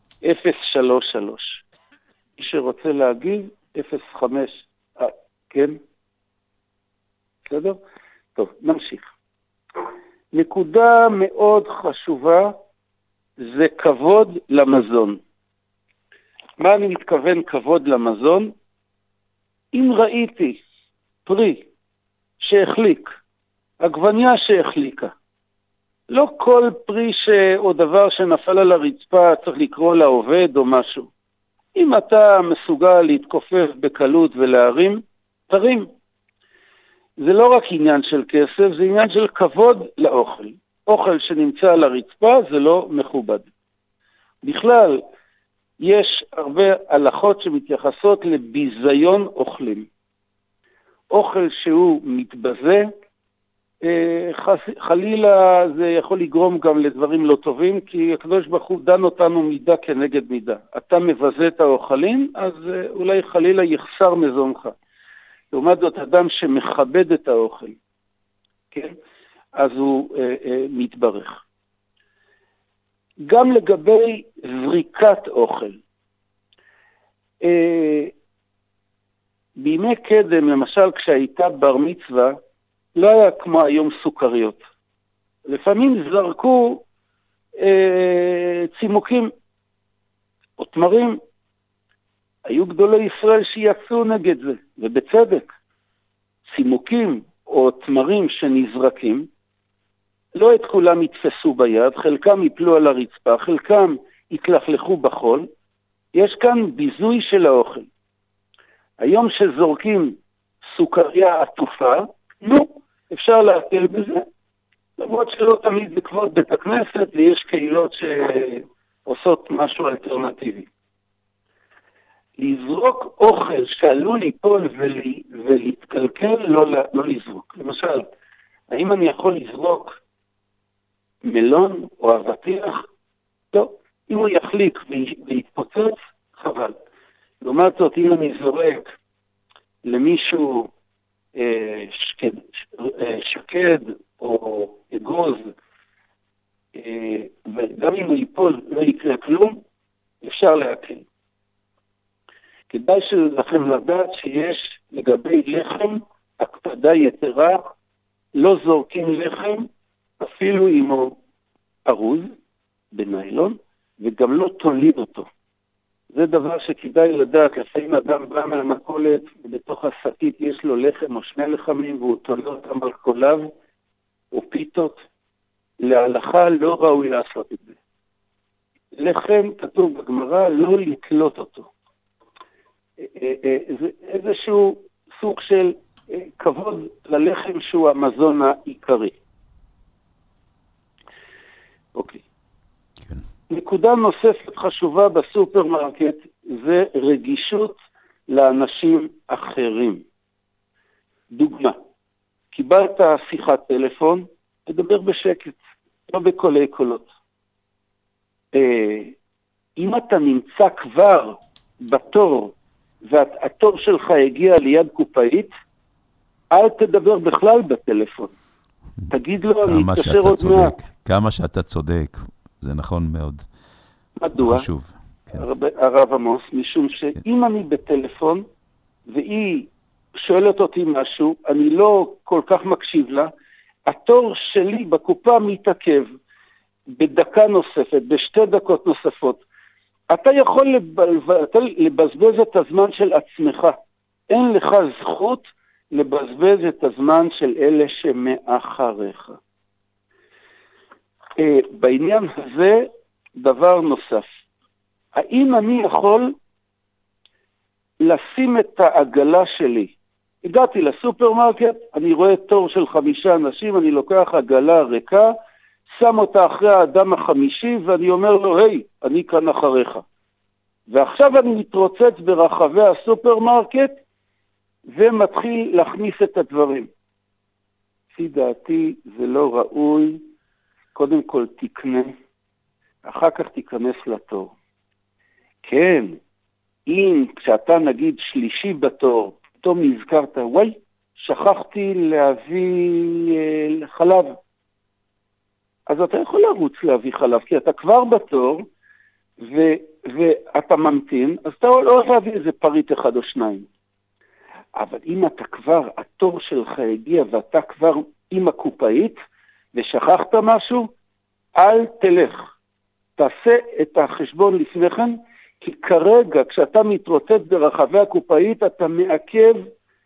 033. מי שרוצה להגיב, 05, כן? בסדר? טוב, נמשיך. נקודה מאוד חשובה זה כבוד למזון. מה אני מתכוון כבוד למזון? אם ראיתי פרי שהחליק, עגבניה שהחליקה, לא כל פרי או דבר שנפל על הרצפה צריך לקרוא לעובד או משהו. אם אתה מסוגל להתכופף בקלות ולהרים, תרים. זה לא רק עניין של כסף, זה עניין של כבוד לאוכל. אוכל שנמצא על הרצפה זה לא מכובד. בכלל, יש הרבה הלכות שמתייחסות לביזיון אוכלים. אוכל שהוא מתבזה, חלילה זה יכול לגרום גם לדברים לא טובים, כי הקדוש ברוך הוא דן אותנו מידה כנגד מידה. אתה מבזה את האוכלים, אז אולי חלילה יחסר מזונך. לעומת זאת, אדם שמכבד את האוכל, כן? אז הוא מתברך. גם לגבי זריקת אוכל. בימי קדם, למשל כשהייתה בר מצווה, לא היה כמו היום סוכריות. לפעמים זרקו צימוקים או תמרים. היו גדולי ישראל שיצאו נגד זה, ובצדק. צימוקים או תמרים שנזרקים, לא את כולם יתפסו ביד, חלקם יפלו על הרצפה, חלקם יתלכלכו בחול. יש כאן ביזוי של האוכל. היום שזורקים סוכריה עטופה, אפשר להקל בזה, למרות שלא תמיד לכבוד בית הכנסת, ויש קהילות שעושות משהו אלטרנטיבי. לזרוק אוכל שעלול ליפול ולהתקלקל, לא לזרוק. למשל, האם אני יכול לזרוק מלון או אבטיח? לא. אם הוא יחליק ויתפוצץ, חבל. לעומת זאת, אם אני זורק למישהו שקד או אגוז, וגם אם הוא ייפול לא יקרה כלום, אפשר להקל. כדאי שלכם לדעת שיש לגבי לחם הקפדה יתרה, לא זורקים לחם אפילו אם הוא ארוז בניילון, וגם לא תוליד אותו. זה דבר שכדאי לדעת. לפעמים אדם בא מהמכולת ובתוך השקית יש לו לחם או 2 לחמים והוא תולה אותם על קוליו או פיתות. להלכה לא ראוי לעשות את זה. לחם, כתוב בגמרא, לא לקלוט אותו. זה איזשהו סוג של כבוד ללחם שהוא המזון העיקרי. אוקיי. כן. נקודה נוספת חשובה בסופרמרקט זה רגישות לאנשים אחרים. דוגמה, קיבלת שיחת טלפון, תדבר בשקט, לא בקולי קולות. אם אתה נמצא כבר בתור, והתור שלך הגיע ליד קופאית, אל תדבר בכלל בטלפון. תגיד לו, אני אתקשר עוד מעט. כמה שאתה צודק, זה נכון מאוד. מדוע? חשוב. כן. הרב עמוס, משום שאם אני בטלפון, והיא שואלת אותי משהו, אני לא כל כך מקשיב לה, התור שלי בקופה מתעכב בדקה נוספת, ב2 דקות נוספות. אתה יכול לבזבז את הזמן של עצמך, אין לך זכות לבזבז את הזמן של אלה שמאחריך. בעניין הזה, דבר נוסף. האם אני יכול לשים את העגלה שלי? הגעתי לסופרמרקט, אני רואה תור של 5 אנשים, אני לוקח עגלה ריקה, שם אותה אחרי האדם החמישי, ואני אומר לו, היי, אני כאן אחריך. ועכשיו אני מתרוצץ ברחבי הסופרמרקט, ומתחיל להכניס את הדברים. לפי דעתי זה לא ראוי, קודם כל תקנה, אחר כך תיכנס לתור. כן, אם כשאתה נגיד שלישי בתור, פתאום נזכרת, וואי, שכחתי להביא חלב. אז אתה יכול לרוץ להביא חלב, כי אתה כבר בתור, ואתה ממתין, אז אתה לא הולך להביא איזה פריט אחד או 2. אבל אם אתה כבר, התור שלך הגיע, ואתה כבר עם הקופאית, ושכחת משהו, אל תלך. תעשה את החשבון לפני כן, כי כרגע, כשאתה מתרוצץ ברחבי הקופאית, אתה מעכב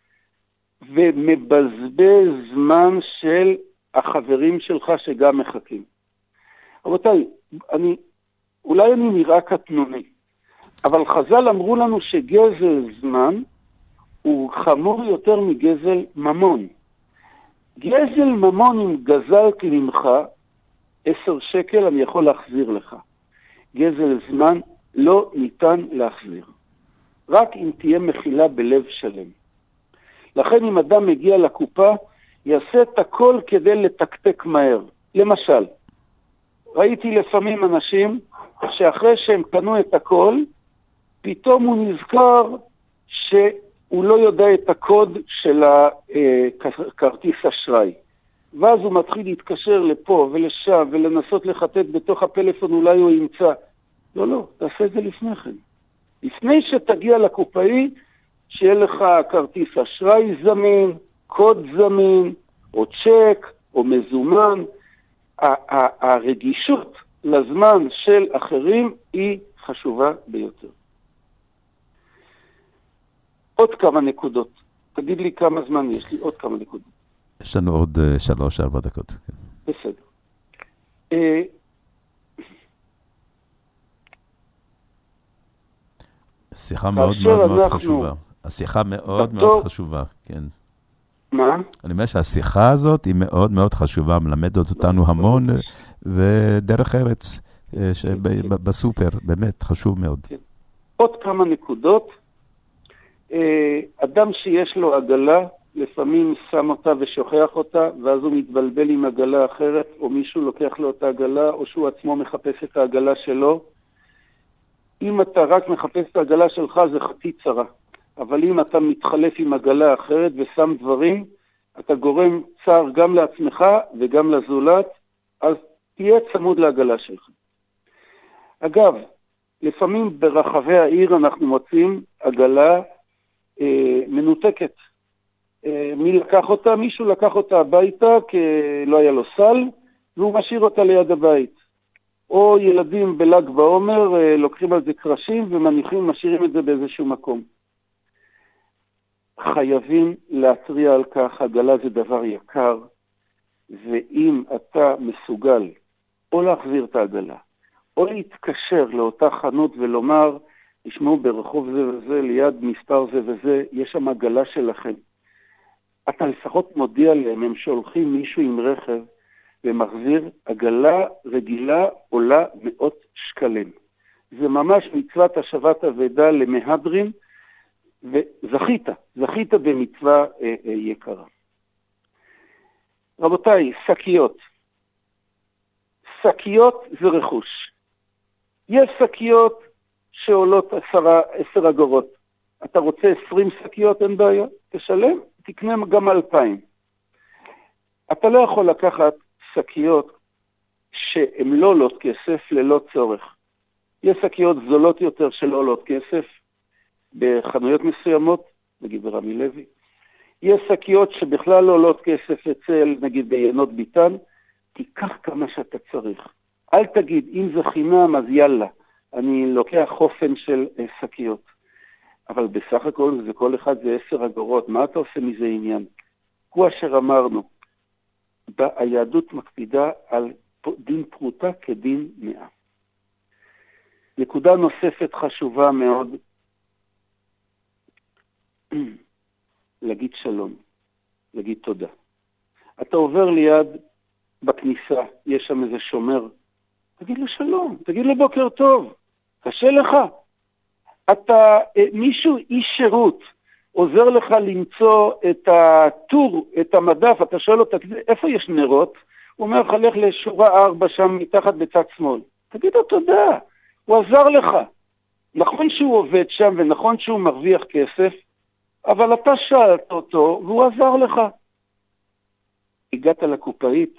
ומבזבז זמן של החברים שלך שגם מחכים. רבותיי, אולי אני נראה קטנוני, אבל חז"ל אמרו לנו שגזל זמן הוא חמור יותר מגזל ממון. גזל ממון, אם גזלתי ממך 10 שקל, אני יכול להחזיר לך. גזל זמן לא ניתן להחזיר. רק אם תהיה מחילה בלב שלם. לכן אם אדם מגיע לקופה, יעשה את הכל כדי לתקתק מהר. למשל, ראיתי לפעמים אנשים שאחרי שהם קנו את הכל, פתאום הוא נזכר שהוא לא יודע את הקוד של הכרטיס אשראי. ואז הוא מתחיל להתקשר לפה ולשם ולנסות לחטט בתוך הפלאפון, אולי הוא ימצא. לא, תעשה את זה לפני כן. לפני שתגיע לקופאי, שיהיה לך כרטיס אשראי זמין, קוד זמין, או צ'ק, או מזומן. הרגישות לזמן של אחרים היא חשובה ביותר. עוד כמה נקודות. תגיד לי כמה זמן יש לי, עוד כמה נקודות. יש לנו עוד 3-4 דקות. בסדר. שיחה מאוד מאוד מאוד חשובה. השיחה מאוד מאוד חשובה, כן. מה? אני אומר שהשיחה הזאת היא מאוד מאוד חשובה, מלמדת אותנו המון, ודרך ארץ בסופר, באמת חשוב מאוד. עוד כמה נקודות. אדם שיש לו עגלה, לפעמים שם אותה ושוכח אותה, ואז הוא מתבלבל עם עגלה אחרת, או מישהו לוקח לו את העגלה, או שהוא עצמו מחפש את העגלה שלו. אם אתה רק מחפש את העגלה שלך, זה חצי צרה. אבל אם אתה מתחלף עם עגלה אחרת ושם דברים, אתה גורם צער גם לעצמך וגם לזולת, אז תהיה צמוד לעגלה שלך. אגב, לפעמים ברחבי העיר אנחנו מוצאים עגלה מנותקת. מי לקח אותה? מישהו לקח אותה הביתה כי לא היה לו סל, והוא משאיר אותה ליד הבית. או ילדים בל"ג בעומר לוקחים על זה קרשים ומניחים, משאירים את זה באיזשהו מקום. חייבים להטריע על כך, עגלה זה דבר יקר, ואם אתה מסוגל או להחזיר את העגלה, או להתקשר לאותה חנות ולומר, תשמעו ברחוב זה וזה, ליד מספר זה וזה, יש שם עגלה שלכם. אתה לפחות מודיע להם, הם שולחים מישהו עם רכב ומחזיר, עגלה רגילה עולה 100 שקלים. זה ממש מצוות השבת אבדה למהדרין, זכית במצווה יקרה. רבותיי, שקיות זה רכוש. יש שקיות שעולות 10 אגורות. אתה רוצה 20 שקיות, אין בעיה, תשלם, תקנה גם 2,000. אתה לא יכול לקחת שקיות שהן לא עולות כסף ללא צורך. יש שקיות זולות יותר שלא עולות כסף, בחנויות מסוימות, נגיד ברמי לוי. יש שקיות שבכלל לא עולות כסף אצל, נגיד בעיינות ביטן, תיקח כמה שאתה צריך. אל תגיד, אם זה חינם, אז יאללה, אני לוקח חופן של שקיות. אבל בסך הכל זה כל אחד זה 10 אגורות, מה אתה עושה מזה עניין? הוא אשר אמרנו, היהדות מקפידה על דין פרוטה כדין 100. נקודה נוספת חשובה מאוד, להגיד שלום, להגיד תודה. אתה עובר ליד בכניסה, יש שם איזה שומר, תגיד לו שלום, תגיד לו בוקר טוב, קשה לך. אתה, מישהו איש שירות, עוזר לך למצוא את הטור, את המדף, אתה שואל אותו, איפה יש נרות? הוא אומר לך, לך לשורה 4 שם מתחת בצד שמאל. תגיד לו תודה, הוא עזר לך. נכון שהוא עובד שם ונכון שהוא מרוויח כסף, אבל אתה שאלת אותו והוא עזר לך. הגעת לקופאית,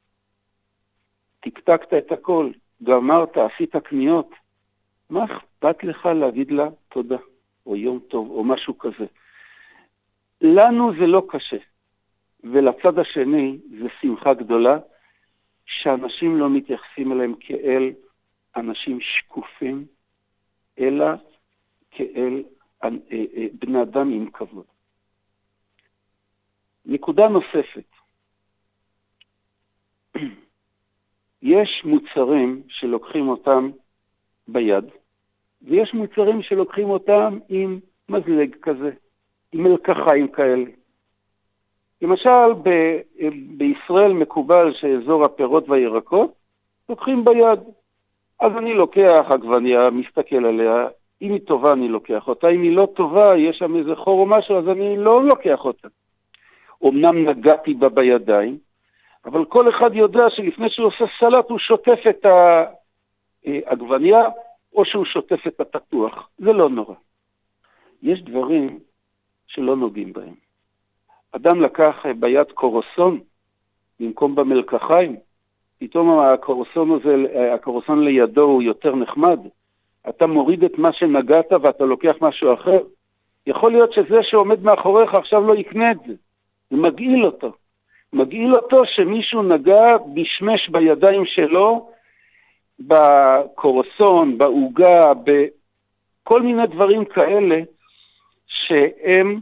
תקתקת את הכל, גמרת, עשית קניות. מה אכפת לך להגיד לה תודה, או יום טוב, או משהו כזה? לנו זה לא קשה, ולצד השני זה שמחה גדולה, שאנשים לא מתייחסים אליהם כאל אנשים שקופים, אלא כאל בני אדם עם כבוד. נקודה נוספת, יש מוצרים שלוקחים אותם ביד, ויש מוצרים שלוקחים אותם עם מזלג כזה, עם מלקחיים כאלה. למשל, בישראל מקובל שאזור הפירות והירקות לוקחים ביד. אז אני לוקח עגבניה, מסתכל עליה, אם היא טובה אני לוקח אותה, אם היא לא טובה, יש שם איזה חור או משהו, אז אני לא לוקח אותה. אמנם נגעתי בה בידיים, אבל כל אחד יודע שלפני שהוא עושה סלט הוא שוטף את העגבניה, או שהוא שוטף את התפוח. זה לא נורא. יש דברים שלא נוגעים בהם. אדם לקח ביד קורסון, במקום במלקחיים, פתאום הקורסון לידו הוא יותר נחמד. אתה מוריד את מה שנגעת ואתה לוקח משהו אחר. יכול להיות שזה שעומד מאחוריך עכשיו לא יקנה את זה. זה מגעיל אותו. מגעיל אותו שמישהו נגע בשמש בידיים שלו, בקורסון, בעוגה, בכל מיני דברים כאלה שהם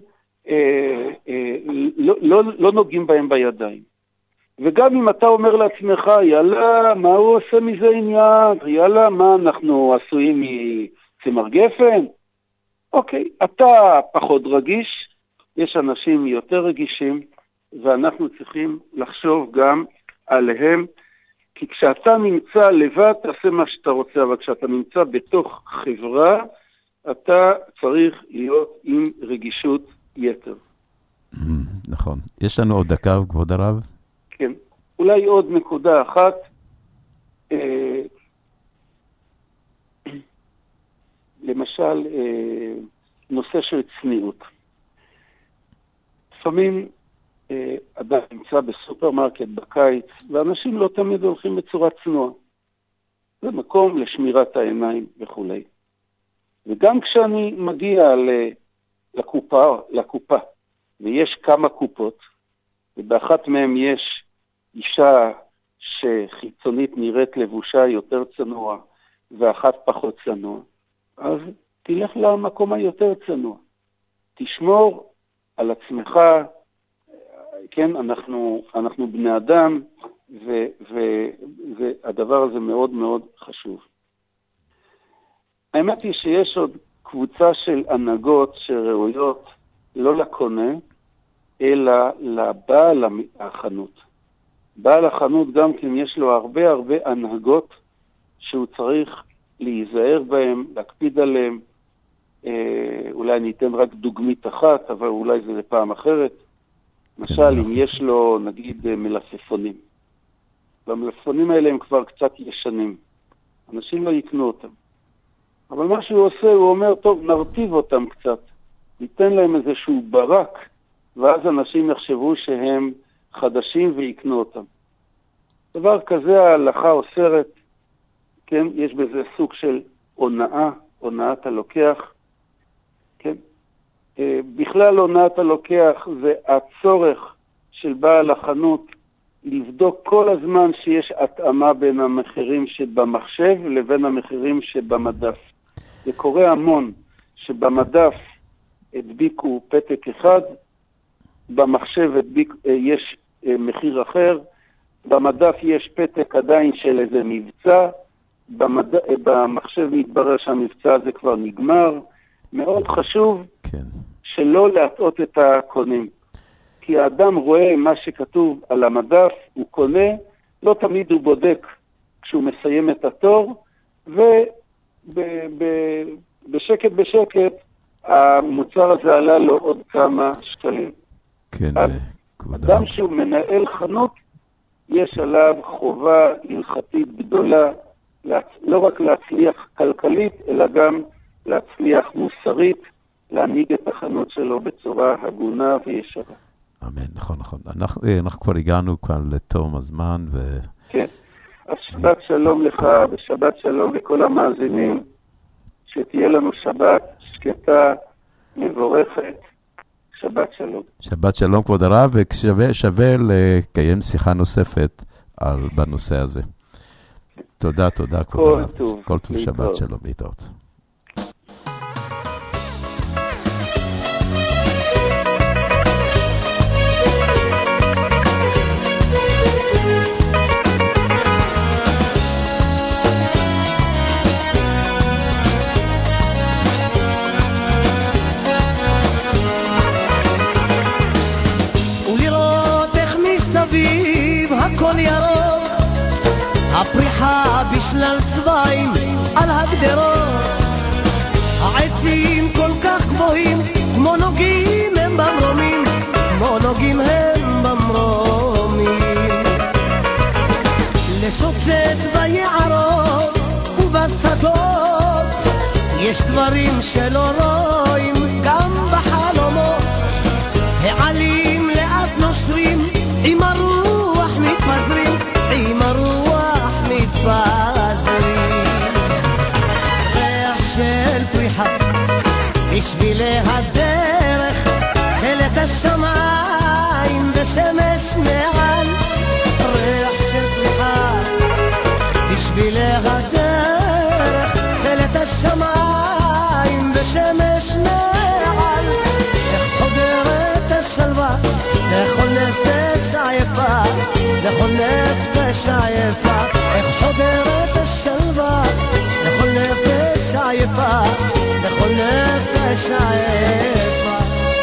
לא נוגעים בהם בידיים. וגם אם אתה אומר לעצמך, יאללה, מה הוא עושה מזה עניין? יאללה, מה אנחנו עשויים מצמר גפן? אוקיי, אתה פחות רגיש, יש אנשים יותר רגישים, ואנחנו צריכים לחשוב גם עליהם, כי כשאתה נמצא לבד, תעשה מה שאתה רוצה, אבל כשאתה נמצא בתוך חברה, אתה צריך להיות עם רגישות יתר. נכון. יש לנו עוד דקה, כבוד הרב? כן. אולי עוד נקודה אחת. למשל, נושא של צניעות. לפעמים אדם נמצא בסופרמרקט בקיץ, ואנשים לא תמיד הולכים בצורה צנועה. זה מקום לשמירת העיניים וכו'. וגם כשאני מגיע לקופה, ויש כמה קופות, ובאחת מהן יש אישה שחיצונית נראית לבושה יותר צנוע, ואחת פחות צנוע, אז תלך למקום היותר צנוע. תשמור על עצמך, כן, אנחנו בני אדם, והדבר הזה מאוד מאוד חשוב. האמת היא שיש עוד קבוצה של הנהגות שראויות לא לקונה, אלא לבעל החנות. בעל החנות גם כן יש לו הרבה הנהגות שהוא צריך להיזהר בהם, להקפיד עליהם. אולי ניתן רק דוגמית אחת, אבל אולי זה לפעם אחרת. למשל, אם יש לו, נגיד, מלפפונים. והמלפפונים האלה הם כבר קצת ישנים. אנשים לא יקנו אותם. אבל מה שהוא עושה, הוא אומר, טוב, נרטיב אותם קצת. ניתן להם איזשהו ברק, ואז אנשים יחשבו שהם חדשים ויקנו אותם. דבר כזה ההלכה אוסרת, כן, יש בזה סוג של הונאת הלוקח, כן. בכלל הונאת הלוקח זה הצורך של בעל החנות לבדוק כל הזמן שיש התאמה בין המחירים שבמחשב לבין המחירים שבמדף. זה קורה המון שבמדף הדביקו פתק אחד, במחשב יש מחיר אחר, במדף יש פתק עדיין של איזה מבצע, במחשב מתברר שהמבצע הזה כבר נגמר. מאוד חשוב שלא להטעות את הקונים, כי האדם רואה מה שכתוב על המדף, הוא קונה, לא תמיד הוא בודק כשהוא מסיים את התור, ובשקט המוצר הזה עלה לו עוד כמה שקלים. כן, אדם שהוא מנהל חנות, יש עליו חובה הלכתית גדולה, לא רק להצליח כלכלית, אלא גם להצליח מוסרית, להנהיג את החנות שלו בצורה הגונה וישרה. אמן, נכון. אנחנו כבר הגענו כאן לתום הזמן. כן, אז שבת שלום לך, ושבת שלום לכל המאזינים, שתהיה לנו שבת שקטה, מבורכת, שבת שלום. שבת שלום כבוד הרב, ושווה לקיים שיחה נוספת בנושא הזה. תודה כבוד הרב. כל טוב, שבת שלום, להתראות. הכל ירוק, הפריחה בשלל צבעים על הגדרות, העצים כל כך גבוהים, כמו נוגעים הם במרומים, כמו נוגעים הם במרומים. לשוטט ביערות ובשדות, יש דברים שלא רואים גם בחלומות, העלים לאט נושרים עם הרוח מתפזרים, עם הרוח מתפזרים. ריח של פריחה בשבילי הדרך, תכלת השמיים ושמש מעל. ריח של פריחה בשבילי הדרך, תכלת השמיים ושמש מעל. איך חודרת השלווה לכל נפש עייפה, לכל נפש עייפה, איך חודרת השלווה לכל נפש עייפה, לכל נפש עייפה.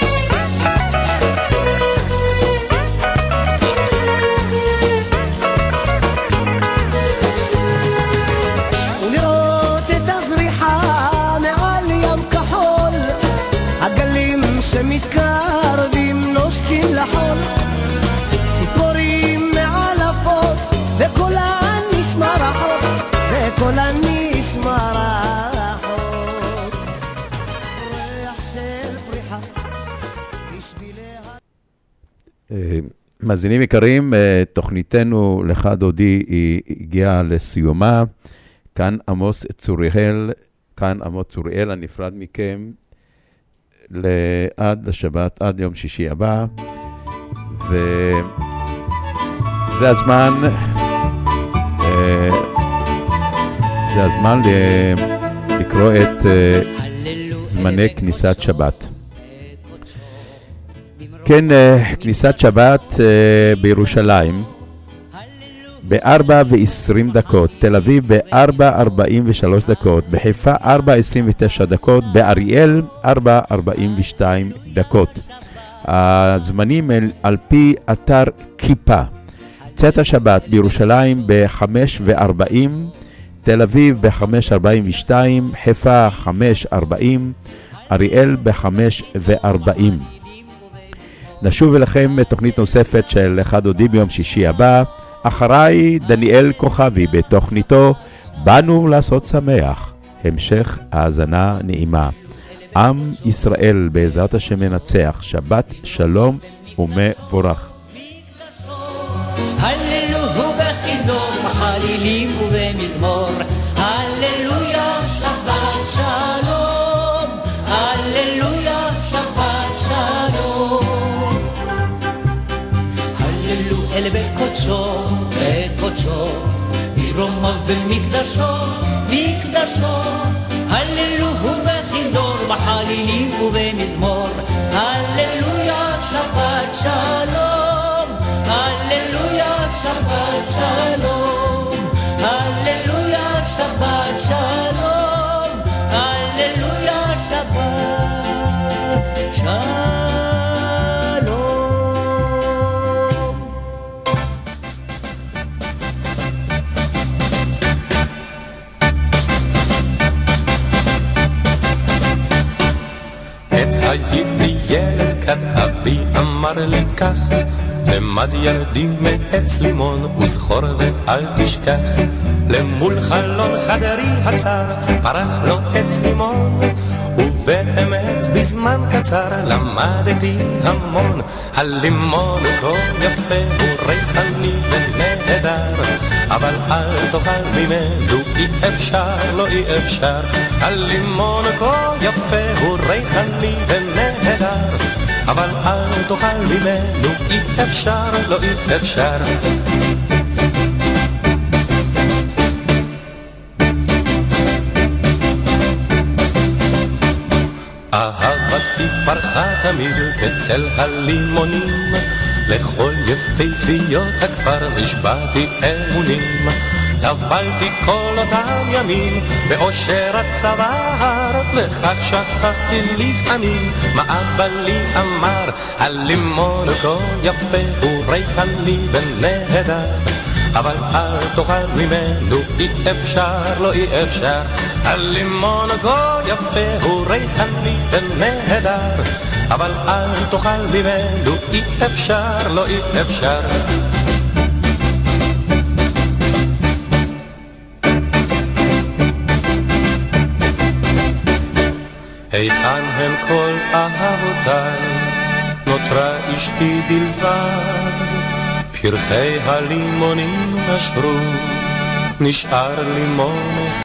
ולראות את הזריחה מעל ים כחול, הגלים שמתקרבים נושקים לחול, ציפורים מעלפות וקולן נשמע רחוק, וקולן נשמע רחוק. ריח של פריחה בשביליה. מאזינים יקרים, תוכניתנו לך דודי היא הגיעה לסיומה. כאן עמוס צוריאל, הנפרד מכם עד השבת, עד יום שישי הבא, וזה הזמן לקרוא את זמני כניסת שבת. כן, כניסת שבת בירושלים ב-4:20, תל אביב ב-4:43, בחיפה 4:29, באריאל 4:42. הזמנים על פי אתר כיפה. צאת השבת בירושלים ב-5:40, תל אביב ב-5:42, חיפה 5:40, אריאל ב-5:40. נשוב אליכם תוכנית נוספת של אחד עודי ביום שישי הבא. אחריי דניאל כוכבי בתוכניתו באנו לעשות שמח. המשך האזנה נעימה. עם ישראל בעזרת השם מנצח. שבת שלום ומבורך. הללו בכינור, חלילים ובמזמור, הללויה שבת שלום, הללויה שבת שלום. הללו אל בקודשו, בקודשו, מרומיו במקדשו, מקדשו, הללו בכינור, בחלילים ובמזמור. ובמזמור, הללויה שבת שלום, הללויה שבת שלום, הללויה שבת שלום, הללויה שבת שלום. הייתי ילד כת אבי אמר לי כך, למד ילדי מעץ לימון וזכור ואל תשכח, למול חלון חדרי הצר פרח לו עץ לימון, ובאמת בזמן קצר למדתי המון. הלימון כה יפה הוא ריחני ונהדר, אבל אל תאכל ממנו אי אפשר, לא אי אפשר. הלימון כה יפה הוא ריחני ונהדר, אבל אל תאכל ממנו אי אפשר, לא אי אפשר. אהבתי פרחה תמיד אצל הלימונים, לכל יפהפיות הכפר נשבעתי אמונים. טבלתי כל אותם ימים באושר הצוואר, וכך שכחתי לפעמים מה אבא לי אמר. הלימון כה יפה הוא ריחני ונהדר, אבל אל תאכל ממנו אי אפשר, לא אי אפשר. הלימון כה יפה הוא ריחני ונהדר, אבל אל תאכל ממנו אי אפשר, לא אי אפשר. היכן הם כל אהבותיי, נותרה אשתי בלבד, פרחי הלימונים נשרו, נשאר לימון אחד.